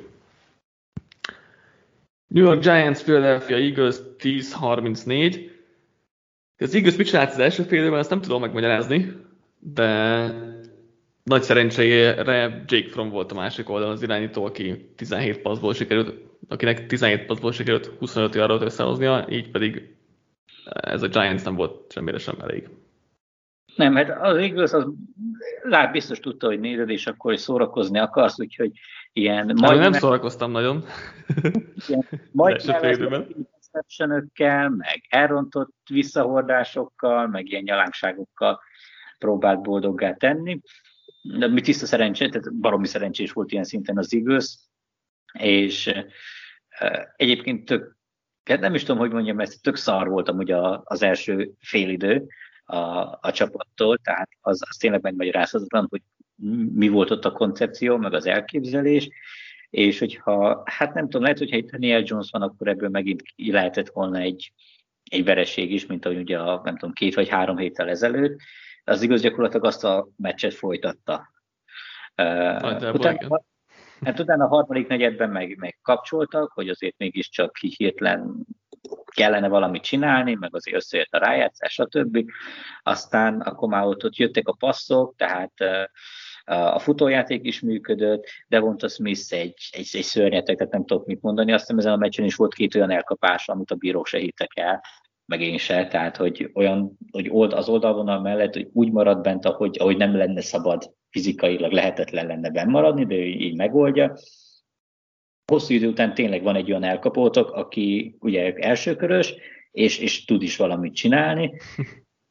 New York Giants, Philadelphia Eagles tíz harmincnégy. Az Eagles mit csinált az első fél időben, ezt nem tudom megmagyarázni, de nagy szerencsére Jake Fromm volt a másik oldalon az irányító, aki tizenhét passzból sikerült, akinek tizenhét passzból sikerült huszonöt yardot összehoznia, így pedig ez a Giants nem volt semmire sem elég. Nem, hát az Eagles az lát biztos tudta, hogy nézed, és akkor is szórakozni akarsz, úgyhogy ilyen... Hát majd nem szórakoztam nagyon. Ilyen, majd interceptionökkel, meg elrontott visszahordásokkal, meg ilyen nyalánkságokkal próbált boldoggá tenni. De mi tiszta szerencsé, tehát baromi szerencsés volt ilyen szinten az Eagles, és uh, egyébként tök, nem is tudom, hogy mondjam ezt, tök szar volt amúgy a, az első félidő a, a csapattól, tehát az, az tényleg megmagyarázhatatlan, hogy mi volt ott a koncepció, meg az elképzelés, és hogyha, hát nem tudom, lehet, hogyha itt Daniel Jones van, akkor ebből megint lehetett volna egy, egy vereség is, mint ahogy ugye a, nem tudom, két vagy három héttel ezelőtt, az igaz gyakorlatilag azt a meccset folytatta. Uh, utána, hát utána a harmadik negyedben meg, meg kapcsoltak, hogy azért mégiscsak hirtelen kellene valamit csinálni, meg azért összejött a rájátszás, stb. Aztán akkor már ott, ott jöttek a passzok, tehát uh, a futójáték is működött, Devonta Smith egy, egy, egy szörnyetek, tehát nem tudok mit mondani. Aztán ezen a meccsen is volt két olyan elkapás, amit a bírók se hittek el, meg én se, tehát hogy olyan, hogy old, az oldalvonal mellett hogy úgy marad bent, ahogy, ahogy nem lenne szabad, fizikailag lehetetlen lenne benn maradni, de ő így megoldja. Hosszú idő után tényleg van egy olyan elkapótok, aki ugye elsőkörös, és, és tud is valamit csinálni,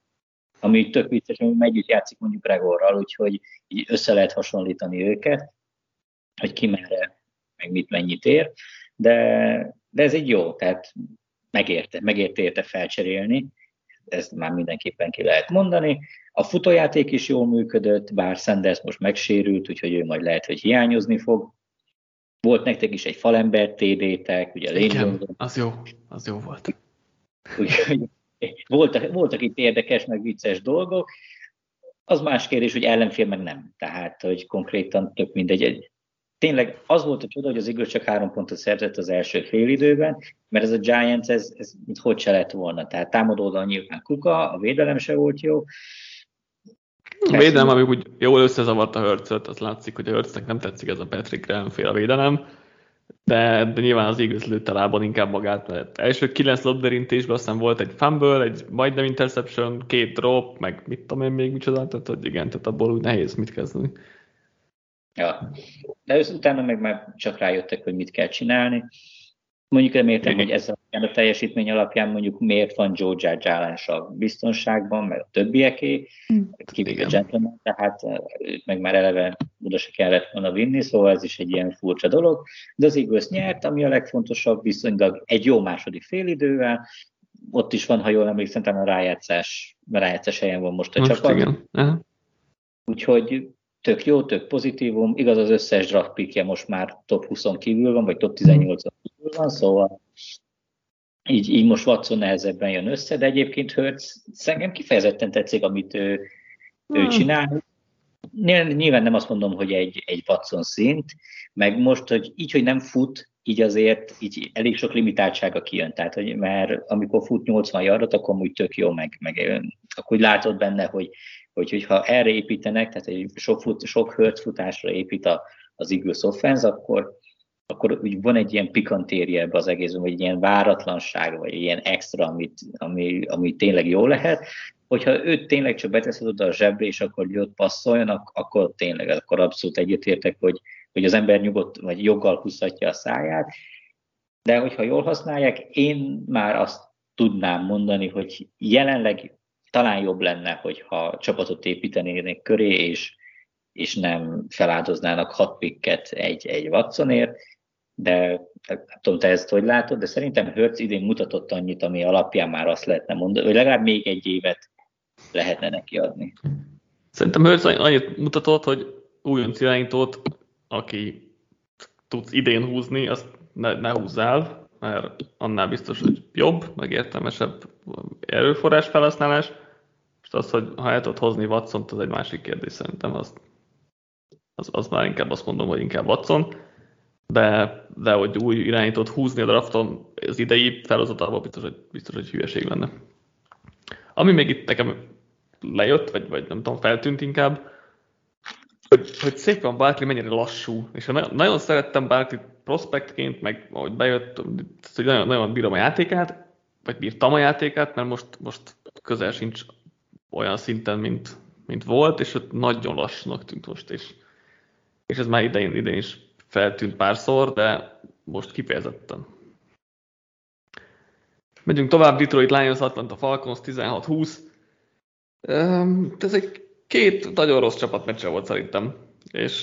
ami tök vicces, hogy együtt játszik mondjuk Gregorral, úgyhogy így össze lehet hasonlítani őket. hogy ki merre, meg mit mennyit ér, de, de ez egy jó, tehát megérte, megérte érte felcserélni, ezt már mindenképpen ki lehet mondani. A futójáték is jól működött, bár Sanders most megsérült, úgyhogy ő majd lehet, hogy hiányozni fog. Volt nektek is egy falember té dé-tek, ugye Lane Igen, Johnson. az jó, az jó volt. Úgyhogy voltak, voltak itt érdekes, meg vicces dolgok. Az más kérdés, hogy ellenfél meg nem. Tehát, hogy konkrétan tök mindegy. Tényleg az volt a csoda, hogy az Eagles csak három pontot szerzett az első félidőben, mert ez a Giants, ez, ez hogy se lett volna. Tehát támadó oldalon nyilván kuka, a védelem se volt jó. A védelem, ami úgy jól összezavart a Hurts-öt, az látszik, hogy a Hurtsnek nem tetszik ez a Patrick Graham féle védelem, de, de nyilván az Eagles lőtte lábon inkább magát, mert első kilenc labdarintésben aztán volt egy fumble, egy majdnem interception, két drop, meg mit tudom én még micsoda, tehát hogy igen, tehát abból úgy nehéz mit kezdeni. Ja, de ősz, utána meg már csak rájöttek, hogy mit kell csinálni. Mondjuk nem értem, hogy ez a teljesítmény alapján mondjuk miért van Joe Judge állása biztonságban, meg a többieké, kívül a gentleman, tehát őt meg már eleve oda se kellett volna vinni, szóval ez is egy ilyen furcsa dolog. De az Eagles nyert, ami a legfontosabb, viszonylag egy jó második félidővel, ott is van, ha jól emlékszem, talán a rájátszás, rájátszás helyen van most a most csapat. Igen. Uh-huh. Úgyhogy tök jó, tök pozitívum, igaz az összes draft pickje most már top húszon kívül van, vagy top tizennyolcon kívül van, szóval így, így most Watson nehezebben jön össze, de egyébként Hurts engem kifejezetten tetszik, amit ő, ő csinál. Nyilván nem azt mondom, hogy egy, egy Watson szint, meg most, hogy így, hogy nem fut, így azért így elég sok limitáltsága kijön, tehát, hogy mert amikor fut nyolcvan yardot, akkor úgy tök jó, meg, meg akkor úgy látod benne, hogy hogy, hogyha erre építenek, tehát egy sok, fut, sok Hurts futásra épít a, az Eagles offense, akkor, akkor úgy van egy ilyen pikantéria ebbe az egészben, vagy egy ilyen váratlanság, vagy egy ilyen extra, amit, ami, ami tényleg jó lehet. Hogyha őt tényleg csak beteszed oda a zsebre, és akkor jót passzoljon, akkor tényleg, akkor abszolút egyetértek, hogy, hogy az ember nyugodt, vagy joggal húzhatja a száját. De hogyha jól használják, én már azt tudnám mondani, hogy jelenleg talán jobb lenne, hogyha csapatot építenének köré, és, és nem feláldoznának hat picket egy, egy Watsonért, de nem tudom, te ezt hogy látod, de szerintem Hurts idén mutatott annyit, ami alapján már azt lehetne mondani, hogy legalább még egy évet lehetne neki adni. Szerintem Hurts annyit mutatott, hogy újonc irányítót, aki tudsz idén húzni, azt ne, ne húzzál, mert annál biztos, hogy jobb, meg értelmesebb erőforrás felhasználás. És az, hogy ha el tudod hozni Watsont, az egy másik kérdés szerintem, az, az, az már inkább azt mondom, hogy inkább Watson, de, de hogy új irányítót húzni a drafton, az idei felhozatalban biztos, hogy, biztos, hogy hülyeség lenne. Ami még itt nekem lejött, vagy, vagy nem tudom, feltűnt inkább, hogy, hogy szépen Barkley mennyire lassú, és nagyon szerettem Barkley prospektként, meg ahogy bejött, hogy nagyon, nagyon bírom a játékát, vagy bírtam a játékát, mert most, most közel sincs olyan szinten, mint, mint volt, és ott nagyon lassúnak tűnt most, és, és ez már idején, idején is feltűnt párszor, de most kifejezetten. Megyünk tovább, Detroit Lions, Atlanta Falcons tizenhat húsz. Ez egy két nagyon rossz csapatmeccse volt szerintem, és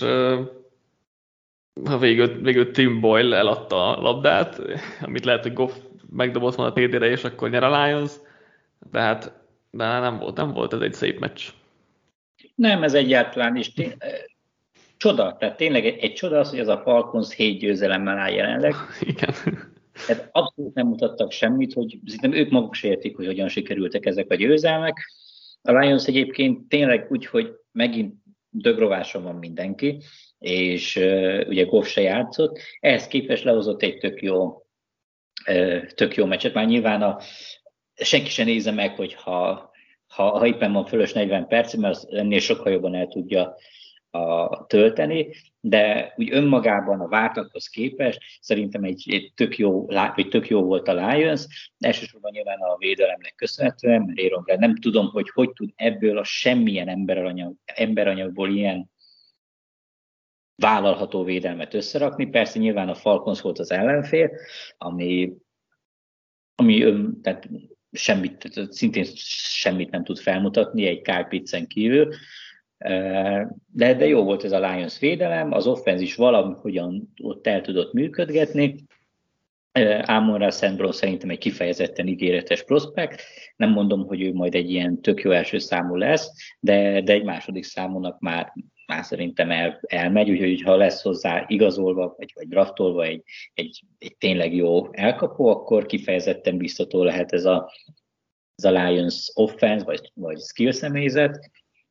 végül, végül Tim Boyle eladta a labdát, amit lehet, hogy Goff megdobott volna a té dére, és akkor nyer a Lions, de hát de nem volt, nem volt ez egy szép meccs. Nem, ez egyáltalán is tény, csoda, tehát tényleg egy, egy csoda az, hogy ez a Falcons hét győzelemmel áll jelenleg. Igen. Tehát abszolút nem mutattak semmit, hogy szerintem ők maguk se értik, hogy hogyan sikerültek ezek a győzelmek. A Lions egyébként tényleg úgy, hogy megint dögrováson van mindenki, és uh, ugye Goff se játszott, ehhez képest lehozott egy tök jó, uh, tök jó meccset. Már nyilván a, senki se nézze meg, hogy ha, ha, ha éppen van fölös negyven perc, mert az ennél sokkal jobban el tudja a, tölteni, de úgy önmagában a vártakhoz képest szerintem egy, egy tök, jó, vagy tök jó volt a Lions, elsősorban nyilván a védelemnek köszönhetően, mert Aaron Glenn nem tudom, hogy hogy tud ebből a semmilyen emberanyag, emberanyagból ilyen vállalható védelmet összerakni. Persze nyilván a Falcons volt az ellenfél, ami, ami ön, tehát semmit, szintén semmit nem tud felmutatni egy Kyle Pitts-en kívül, De, de jó volt ez a Lions védelem, az offenz is valahogyan ott el tudott működgetni. Amon-Ra Saint Brown szerintem egy kifejezetten ígéretes prospekt. Nem mondom, hogy ő majd egy ilyen tök jó első számú lesz, de, de egy második számúnak már, már szerintem el, elmegy, úgyhogy ha lesz hozzá igazolva, vagy, vagy draftolva egy, egy, egy tényleg jó elkapó, akkor kifejezetten biztató lehet ez a, ez a Lions offense, vagy, vagy skill személyzet.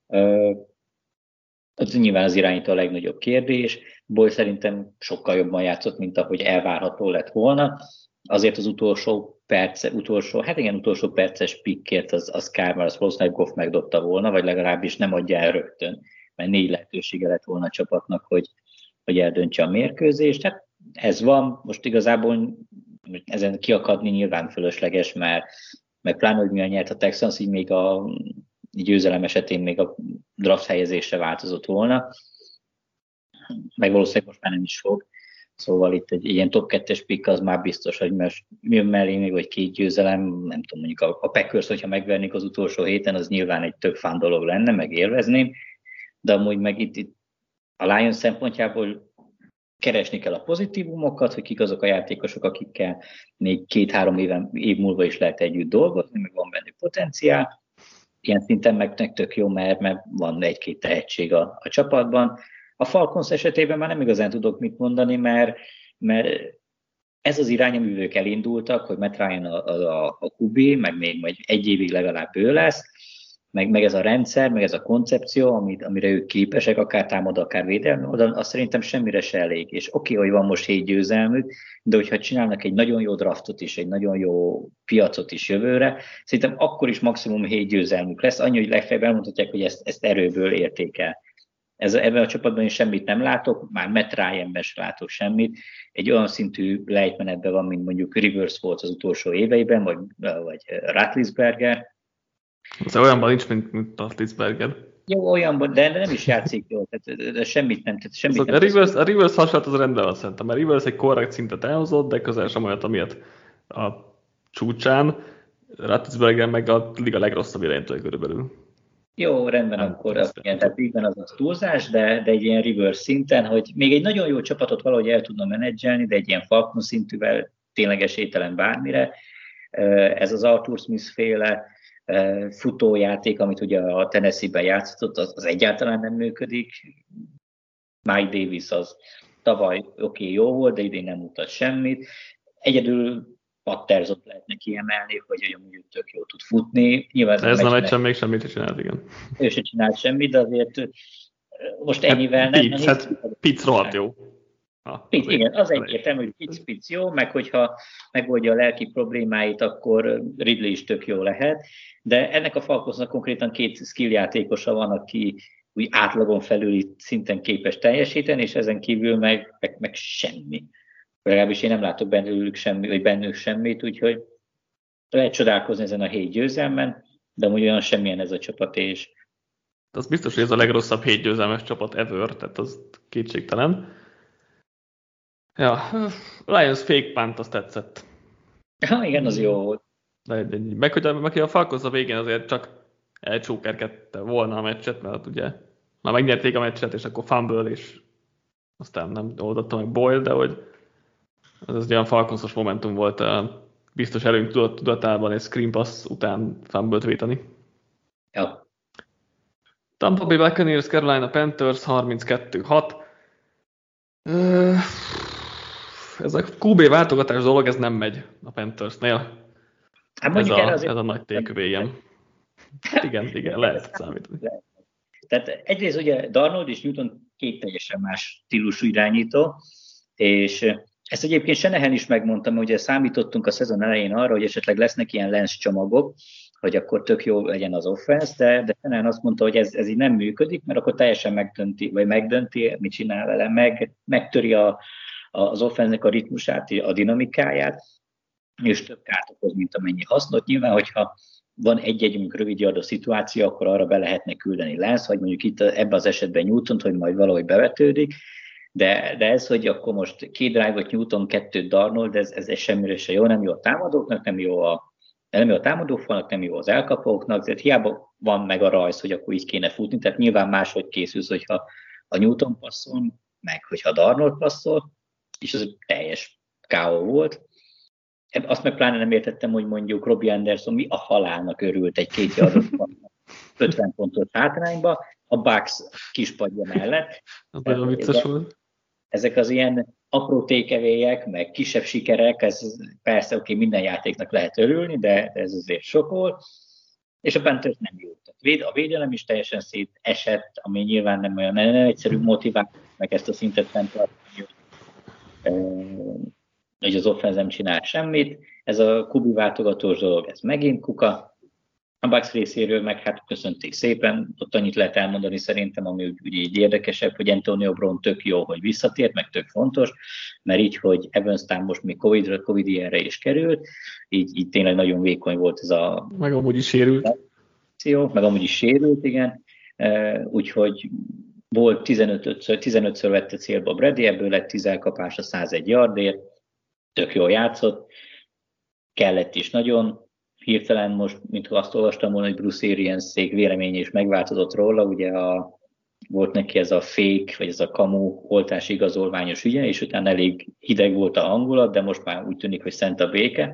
Ez nyilván az irányító a legnagyobb kérdés. Boy szerintem sokkal jobban játszott, mint ahogy elvárható lett volna. Azért az utolsó perce, utolsó, hát igen, utolsó perces pikkért az, az kár, mert az valószínűleg Goff megdobta volna, vagy legalábbis nem adja el rögtön, mert négy lehetősége lett volna a csapatnak, hogy, hogy eldöntse a mérkőzést. Hát ez van, most igazából ezen kiakadni nyilván fölösleges, mert, mert pláne, hogy milyen nyert a Texans, így még a győzelem esetén még a draft helyezésre változott volna, meg valószínűleg most már nem is fog. Szóval itt egy ilyen top kettes pick az már biztos, hogy most jön mellé még, vagy két győzelem, nem tudom, mondjuk a, a Packers, hogyha megvernék az utolsó héten, az nyilván egy tök fán dolog lenne, meg élvezném, de amúgy meg itt, itt a Lions szempontjából keresni kell a pozitívumokat, hogy kik azok a játékosok, akikkel még két-három éven, év múlva is lehet együtt dolgozni, meg van benne potenciál. Ilyen szinten meg tök jó, mert, mert van egy-két tehetség a, a csapatban. A Falcons esetében már nem igazán tudok mit mondani, mert, mert ez az irány, amivel ők elindultak, hogy Matt Ryan a, a, a kú bé, meg még majd egy évig legalább ő lesz, meg, meg ez a rendszer, meg ez a koncepció, amit, amire ők képesek, akár támad, akár védelmi oldalon, azt szerintem semmire se elég. És oké, okay, hogy van most hét győzelmük, de hogyha csinálnak egy nagyon jó draftot is, egy nagyon jó piacot is jövőre, szerintem akkor is maximum hét győzelmük lesz, annyi, hogy legfeljebb elmondhatják, hogy ezt, ezt erőből értékel. Ez, ebben a csapatban én semmit nem látok, már Matt Ryanben sem látok semmit. Egy olyan szintű lejtmenetben van, mint mondjuk Rivers volt az utolsó éveiben, vagy, vagy Ratlisberger. Az olyanban nincs, mint, mint Ratlisberger. Jó, olyanban, de nem is játszik jól, tehát de semmit nem. Tehát semmit szóval nem a, Rivers, a Rivers hasonlát az rendben van szerintem, mert Rivers egy korrekt szintet elhozott, de közel sem olyat, amilyet a csúcsán. Ratlisberger meg a liga legrosszabb irányítója körülbelül. Jó, rendben, nem, akkor igen, tehát ígyben az az túlzás, de, de egy ilyen reverse szinten, hogy még egy nagyon jó csapatot valahogy el tudna menedzselni, de egy ilyen Falcon szintűvel tényleg esélytelen bármire. Ez az Arthur Smith féle futójáték, amit ugye a Tennessee-ben játszott, az, az egyáltalán nem működik. Mike Davis az tavaly oké, okay, jó volt, de idén nem mutat semmit. Egyedül Pattersot lehetne kiemelni, hogy mondjuk tök jó tud futni. Nyilván ez nem egy sem, még semmit csinált, igen. Ő sem csinált semmit, de azért most ennyivel hát, nem... Pitts, hát Pitts rohadt jó. Ah, Pitts, igen, az egyértelmű, hogy Pitts, Pitts jó, meg hogyha megoldja a lelki problémáit, akkor Ridley is tök jó lehet. De ennek a Falconsnak konkrétan két skill játékosa van, aki úgy átlagon felüli szinten képes teljesíteni, és ezen kívül meg, meg, meg semmi. Legalábbis én nem látok bennük semmi, vagy bennük semmit, úgyhogy lehet csodálkozni ezen a hét győzelmen, de amúgy olyan semmilyen ez a csapat, és... Az biztos, hogy ez a legrosszabb hét győzelmes csapat ever, tehát az kétségtelen. Ja, Lions fake punt, azt tetszett. Ja, igen, az jó volt. Meg hogy a, meg, a Falcons a végén azért csak elcsókerkedte volna a meccset, mert ugye már megnyerték a meccset, és akkor fumble, és aztán nem oldotta meg Boyle, de hogy ez egy olyan Falconsos momentum volt a biztos előnk tudatában, és screen pass után fumble-t véteni. Ja. Tampa Bay Buccaneers, Carolina Panthers harminckettő hat. Ez a kú bé váltogatás dolog, ez nem megy a Panthersnél. Hát ez, a, ez a nagy tékövélyen. Igen, igen, lehet számítani. Tehát egyrészt ugye Darnold és Newton két teljesen más stílusú irányító, és ezt egyébként Shanahan is megmondtam, hogy számítottunk a szezon elején arra, hogy esetleg lesznek ilyen lens csomagok, hogy akkor tök jó legyen az offense, de, de Shanahan azt mondta, hogy ez, ez így nem működik, mert akkor teljesen megdönti, vagy megdönti, mit csinál vele, meg, megtöri a, az offense-nek a ritmusát, a dinamikáját, és több kárt okoz, mint amennyi hasznot. Nyilván, hogyha van egy-egy rövid yardó szituáció, akkor arra be lehetne küldeni Lance, vagy mondjuk itt ebben az esetben Newtont, hogy majd valahogy bevetődik, de, de ez, hogy akkor most két drive-ot Newton, kettőt Darnold, ez, ez semmire se jó, nem jó a támadóknak, nem jó a, nem jó a támadófalnak, nem jó az elkapóknak, tehát hiába van meg a rajz, hogy akkor így kéne futni, tehát nyilván máshogy készülsz, hogyha a Newton passzol, meg hogyha a Darnold passzol, és az teljes ká ó volt. Azt meg pláne nem értettem, hogy mondjuk Robbie Anderson mi a halálnak örült egy két adott ötven pontos hátrányba, a Bucks kispadja mellett. Az nagyon vicces volt. Ezek az ilyen apró tékevélyek, meg kisebb sikerek, ez persze oké, minden játéknak lehet örülni, de ez azért sok volt. És a Panthers nem jó. A védelem is teljesen szét esett, ami nyilván nem olyan nem egyszerű motiválni, meg ezt a szintet fenntartani, hogy az offense nem csinál semmit. Ez a kubi váltogatós dolog, ez megint kuka. A Bucks részéről meg hát köszönték szépen, ott annyit lehet elmondani szerintem, ami úgy, úgy így érdekesebb, hogy Antonio Brown tök jó, hogy visszatért, meg tök fontos, mert így, hogy Evans Tán most még Covid-ra, Covid ilyenre is került, így, így tényleg nagyon vékony volt ez a... Meg amúgy is sérült. Meg amúgy is sérült, igen. Úgyhogy volt tizenötször, tizenötször vette célba Brady, ebből lett tíz elkapás a százegy yardért, tök jól játszott, kellett is nagyon. Hirtelen most, mint azt olvastam volna, hogy Bruce Arians-szék véleménye is megváltozott róla, ugye a, volt neki ez a fake, vagy ez a kamu oltási igazolványos ügye, és utána elég hideg volt a hangulat, de most már úgy tűnik, hogy szent a béke.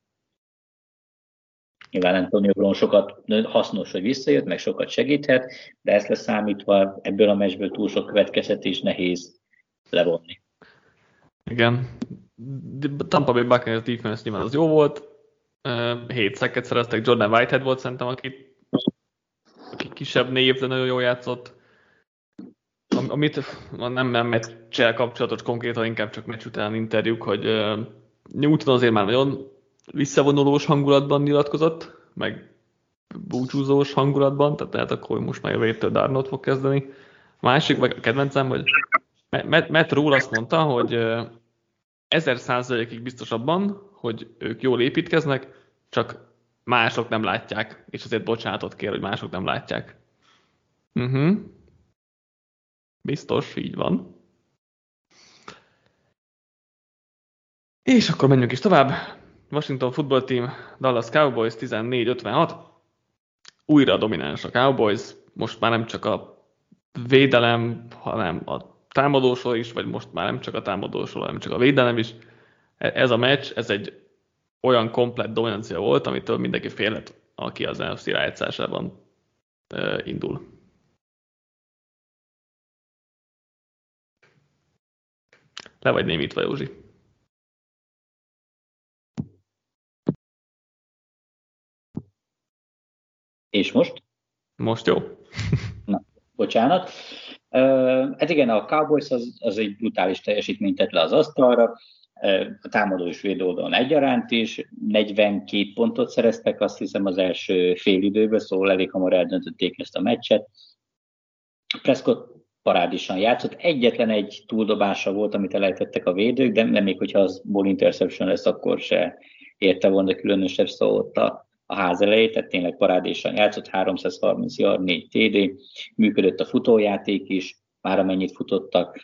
Nyilván Antonio Brown sokat hasznos, hogy visszajött, meg sokat segíthet, de ezt leszámítva ebből a meccsből túl sok következtetés nehéz levonni. Igen. Tampa Bay Buccaneers defense nyilván az jó volt, hét szeket szereztek, Jordan Whitehead volt szerintem, aki, aki kisebb név, de nagyon jól játszott. Amit nem, nem meccsel kapcsolatos konkrétan, inkább csak meccs után interjúk, hogy uh, Newton azért már nagyon visszavonulós hangulatban nyilatkozott, meg búcsúzós hangulatban, tehát lehet akkor most már jövő héttől Darnold fog kezdeni. A másik, vagy a kedvencem, hogy Matt Rule azt mondta, hogy ezer százalékig biztos abban, hogy ők jól építkeznek, csak mások nem látják, és azért bocsánatot kér, hogy mások nem látják. Uh-huh. Biztos, így van. És akkor menjünk is tovább. Washington Football Team, Dallas Cowboys tizennégy ötvenhat. Újra domináns a Cowboys, most már nem csak a védelem, hanem a támadósor is, vagy most már nem csak a támadósor, hanem csak a védelem is. Ez a meccs, ez egy olyan komplett dominancia volt, amitől mindenki félhet, aki az en ef cé rájátszásában uh, indul. Le vagy némítva, Józsi? És most? Most jó. Na, bocsánat. Uh, hát igen, a Cowboys az, az egy brutális teljesítményt tett le az asztalra. A támadó és védő oldalon egyaránt is, negyvenkét pontot szereztek, azt hiszem az első fél időben, szóval elég hamar eldöntötték ezt a meccset. Prescott parádisan játszott, egyetlen egy túldobása volt, amit elejtettek a védők, de nem még, hogyha az ball interception lesz, akkor se érte volna különösebb szó ott a, a ház elejét, tehát tényleg parádisan játszott, háromszázharminc yard, négy té dé, működött a futójáték is, már amennyit futottak,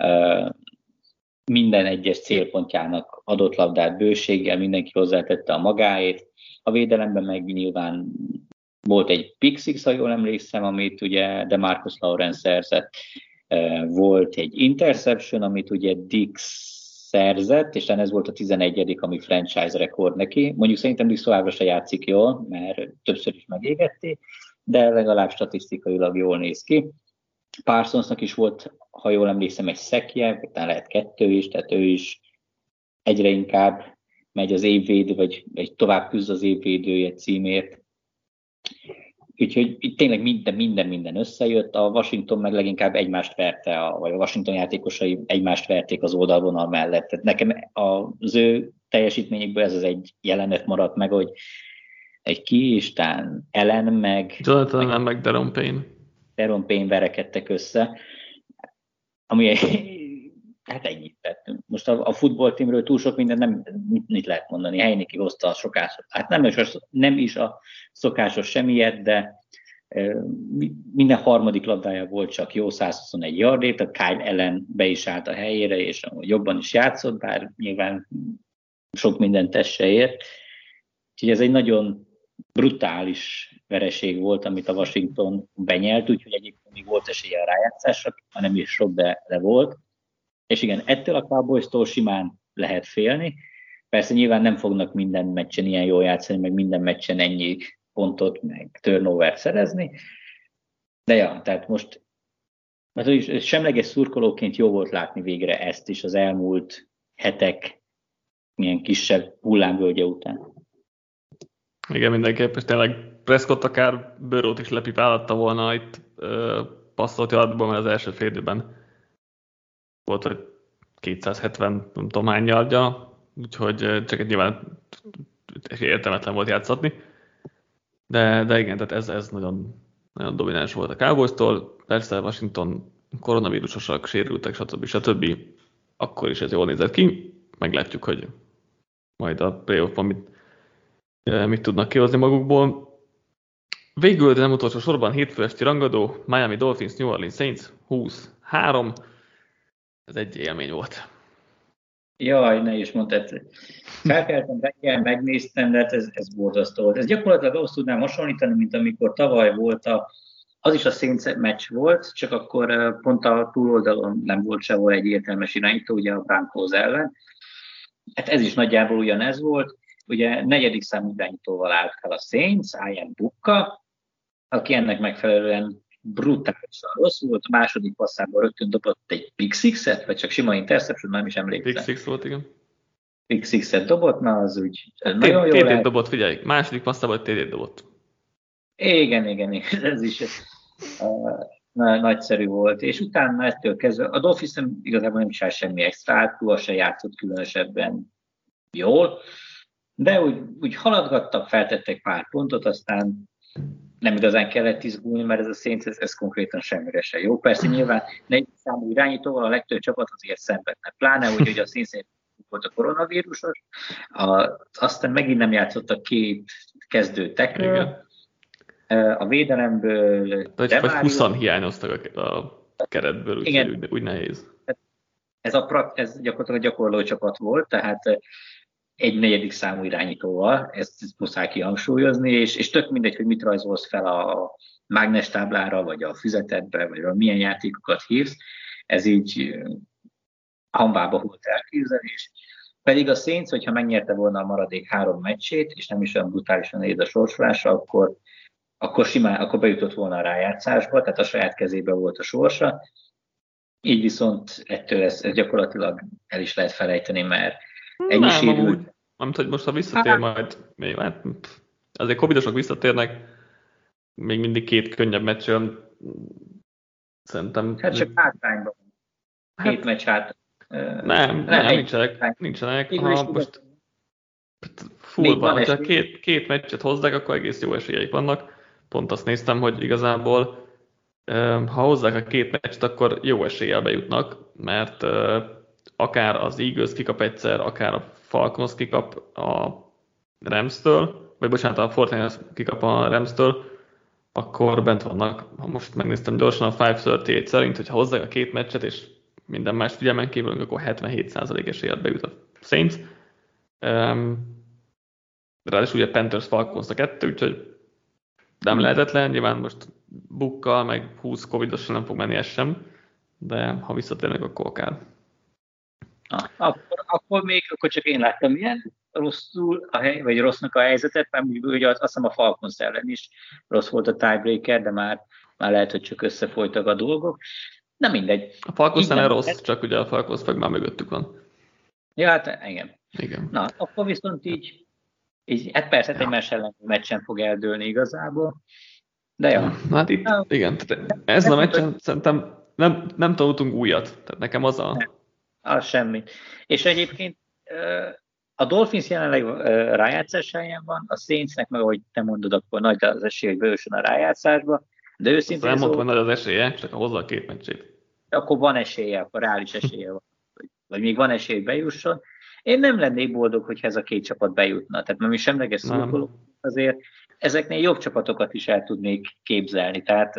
minden egyes célpontjának adott labdát bőséggel, mindenki hozzátette a magáét. A védelemben meg nyilván volt egy pick six, ha jól emlékszem, amit ugye DeMarcus Lawrence szerzett. Volt egy interception, amit ugye Dix szerzett, és ez volt a tizenegyedik, ami franchise rekord neki. Mondjuk szerintem Dix továbbra se játszik jól, mert többször is megégették, de legalább statisztikailag jól néz ki. Parsonsnak is volt, ha jól emlékszem, egy szekje, utána lehet kettő is, tehát ő is egyre inkább megy az évvédő, vagy, vagy tovább küzd az évvédője címért. Úgyhogy itt tényleg minden, minden, minden összejött. A Washington meg leginkább egymást verte, a, vagy a Washington játékosai egymást verték az oldalvonal mellett. Tehát nekem az ő teljesítményekből ez az egy jelenet maradt meg, hogy egy ki Isten, Ellen meg... Jonathan Allen meg Deron Payne. Deron Payne verekedtek össze, ami hát ennyit tett. Most a, a futballtímről túl sok minden nem mit, mit lehet mondani. Heinicke hozta a szokásos, hát nem is, a, nem is a szokásos semmiért, de e, minden harmadik labdája volt csak jó százhuszonegy yardét, a Kyle Allen be is állt a helyére, és jobban is játszott, bár nyilván sok mindent tesse ért. Úgyhogy ez egy nagyon brutális vereség volt, amit a Washington benyelt, úgyhogy egyébként még volt esélye a rájátszásra, ha nem is sok, de, de volt. És igen, ettől a Cowboys-tól simán lehet félni. Persze nyilván nem fognak minden meccsen ilyen jól játszani, meg minden meccsen ennyi pontot, meg turnovert szerezni. De ja, tehát most mert semleges szurkolóként jó volt látni végre ezt is az elmúlt hetek milyen kisebb hullámvölgye után. Igen, mindenképp, és tényleg Prescott akár Burrowt is lepipálhatta volna itt ö, passzolt járatban, mert az első fél időben volt, hogy kétszázhetven nem tudom hány yardja, úgyhogy csak egy nyilván értelmetlen volt játszatni. De, de igen, tehát ez, ez nagyon, nagyon domináns volt a Cowboys-tól. Persze Washington koronavírusosak, sérültek, stb. stb. Akkor is ez jól nézett ki. Meglátjuk, hogy majd a playoffban mit, mit tudnak kihozni magukból. Végül, de nem utolsó sorban hétfő esti rangadó, Miami Dolphins, New Orleans Saints húsz három. Ez egy élmény volt. Jaj, ne is mondtad. Felkeltem reggel, megnéztem, de hát ez, ez borzasztó volt. Ez gyakorlatilag ahhoz tudnám hasonlítani, mint amikor tavaly volt a, az is a Saints meccs volt, csak akkor pont a túloldalon nem volt sehol egy értelmes irányító, ugye a Broncos ellen. Hát ez is nagyjából ugyanez volt. Ugye negyedik számú irányítóval állt fel a Saints, Ian Bukka, aki ennek megfelelően brutálisan rossz volt, a második passzában rögtön dobott egy pick sixet, vagy csak sima interception, nem is emlékszem. Pick six volt, igen. Pick sixet dobott, na az úgy hát nagyon jó jól lehet. dobott, figyelj, második passzában té dét dobott. Igen, igen, igen, ez is uh, nagyszerű volt, és utána ettől kezdve, a Dolphins nem, igazából nem csinál semmi extra, túl se játszott különösebben jól, de úgy, úgy haladgattak, feltettek pár pontot, aztán nem igazán kellett izgulni, mert ez a Saints, ez, ez konkrétan semmire se jó. Persze nyilván negyedik számú irányítóval a legtöbb csapat azért szenvedne. Pláne, hogy, hogy a Saints volt a koronavírusos, a, aztán megint nem játszottak két kezdő tackle, a védelemből... Vagy, vagy húszan hiányoztak a, a keretből, úgyhogy úgy, úgy nehéz. Ez, a, ez gyakorlatilag a gyakorló csapat volt, tehát egy negyedik számú irányítóval, ezt, ezt muszáj kihangsúlyozni, és, és tök mindegy, hogy mit rajzolsz fel a mágnes táblára, vagy a füzetedbe, vagy a milyen játékokat hívsz, ez így hambába volt elképzelés. Pedig a Saints, hogyha megnyerte volna a maradék három meccsét, és nem is olyan brutálisan nehéz a sorsolásra, akkor, akkor simán, akkor bejutott volna a rájátszásba, tehát a saját kezében volt a sorsa. Így viszont ettől ezt, ezt gyakorlatilag el is lehet felejteni, mert ennyi sérült. Nem, hogy most ha visszatér majd, még, hát, azért covidosok visszatérnek, még mindig két könnyebb meccsön, szerintem... Hát csak hátrányban. Két hát, meccs hát. Nem, nem, nem nincsenek, nincsenek. Ha most fullban, hogyha két, két meccset hozzák, akkor egész jó esélyeik vannak. Pont azt néztem, hogy igazából ha hozzák a két meccset, akkor jó eséllyel bejutnak, mert akár az Eagles kikap egyszer, akár a Falcons kikap a Rams-től, vagy bocsánat, a Fortnite kikap a Rams-től, akkor bent vannak. Ha most megnéztem gyorsan a ötszázharmincnyolc szerint, hogyha hozzák a két meccset, és minden más figyelmen kívül, akkor hetvenhét százalék eséllyel bejut a Saints. Um, ráadásul ugye Panthers Falcons a kettő, úgyhogy nem lehetetlen. Nyilván most Bukkal, meg húsz covidosan nem fog menni ez sem, de ha visszatérnek, akkor akár. Ah, akkor, akkor még akkor csak én láttam ilyen rosszul a hely, vagy rossznak a helyzetet, mert ugye azt hiszem a Falcons ellen is rossz volt a tiebreaker, de már, már lehet, hogy csak összefolytak a dolgok. Na mindegy. A Falcons ellen rossz, lehet. Csak ugye a Falcons meg már mögöttük van. Ja, hát igen. igen. Na, akkor viszont így, így hát persze, ja. Egy más ellen meccsen fog eldőlni igazából. De jó. Ja. Hát itt, ja. igen, ezen a meccsen szerintem nem, nem tanultunk újat. Tehát nekem az a... Nem. Az semmi. És egyébként a Dolphins jelenleg rájátszás helyen van, a Saintsnek meg, ahogy te mondod, akkor nagy az esély, hogy bejusson a rájátszásba, de őszintén nem mondtam, hogy nagy az esélye, csak hozza a két meccsét. Akkor van esélye, akkor reális esélye van, vagy még van esély, hogy bejusson. Én nem lennék boldog, hogyha ez a két csapat bejutna, tehát mert mi semleges szurkolók azért ezeknél jobb csapatokat is el tudnék képzelni, tehát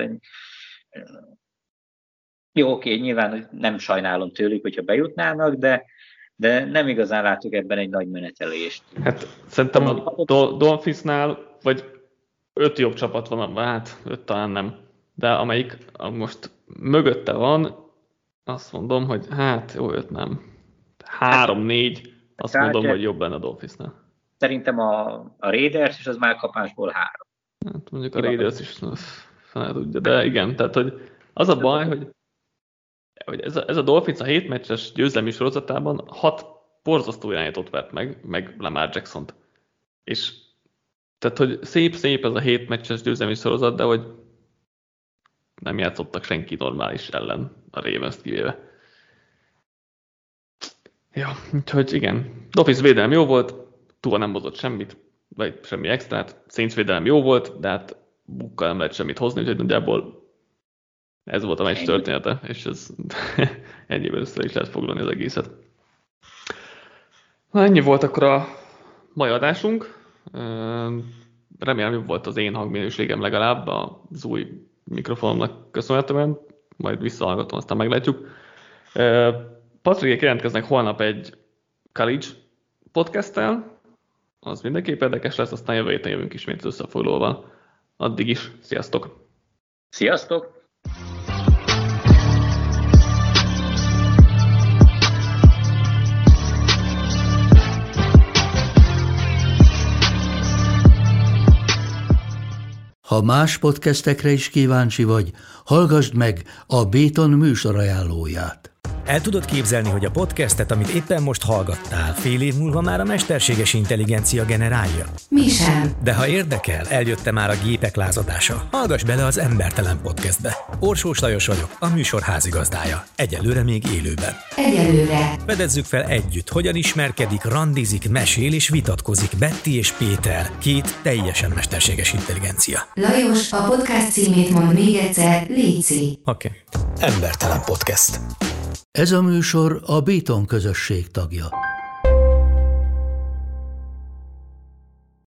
jó, oké, nyilván nem sajnálom tőlük, hogyha bejutnának, de, de nem igazán látjuk ebben egy nagy menetelést. Hát szerintem a Dolphinsnál vagy öt jobb csapat van, hát öt talán nem, de amelyik most mögötte van, azt mondom, hogy hát jó, öt nem. Három-négy, azt Charger, mondom, hogy jobb lenne a Dolphinsnál. Szerintem a, a Raiders is az már kapásból három. Hát mondjuk a Raiders is fel tudja, de igen, tehát hogy az a baj, hogy, hogy ez, a, ez a Dolphins a hét meccses győzelmi sorozatában hat borzasztó irányítót vert meg, meg Lamar Jacksont. És tehát, hogy szép-szép ez a hét meccses győzelmi sorozat, de hogy nem játszottak senki normális ellen, a Ravens-t kivéve. Ja, úgyhogy igen. Dolphins védelem jó volt, Tua nem hozott semmit, vagy semmi extrát. Saints védelem jó volt, de hát Bukkal nem lehet semmit hozni, úgyhogy nagyjából ez volt a meccs története, és ez ennyiben össze is lehet foglalni az egészet. Na, ennyi volt akkor a mai adásunk. Remélem, jobb volt az én hangminőségem legalább az új mikrofonomnak köszönhetően, majd visszahallgatom, aztán meglátjuk. Patrigék jelentkeznek holnap egy college podcasttel, az mindenképp érdekes lesz, aztán jövő héten jövünk ismét összefoglalóval. Addig is, sziasztok! Sziasztok! Ha más podcastekre is kíváncsi vagy, hallgassd meg a Béton műsor ajánlóját. El tudod képzelni, hogy a podcastet, amit éppen most hallgattál, fél év múlva már a mesterséges intelligencia generálja? Mi sem. De ha érdekel, eljött már a gépek lázadása. Hallgass bele az Embertelen podcastbe. Orsós Lajos vagyok, a műsor házigazdája. Egyelőre még élőben. Egyelőre. Fedezzük fel együtt, hogyan ismerkedik, randizik, mesél és vitatkozik Betty és Péter, két teljesen mesterséges intelligencia. Lajos, a podcast címét mond még egyszer, léci. Oké. Okay. Embertelen podcast. Ez a műsor a Béton közösség tagja.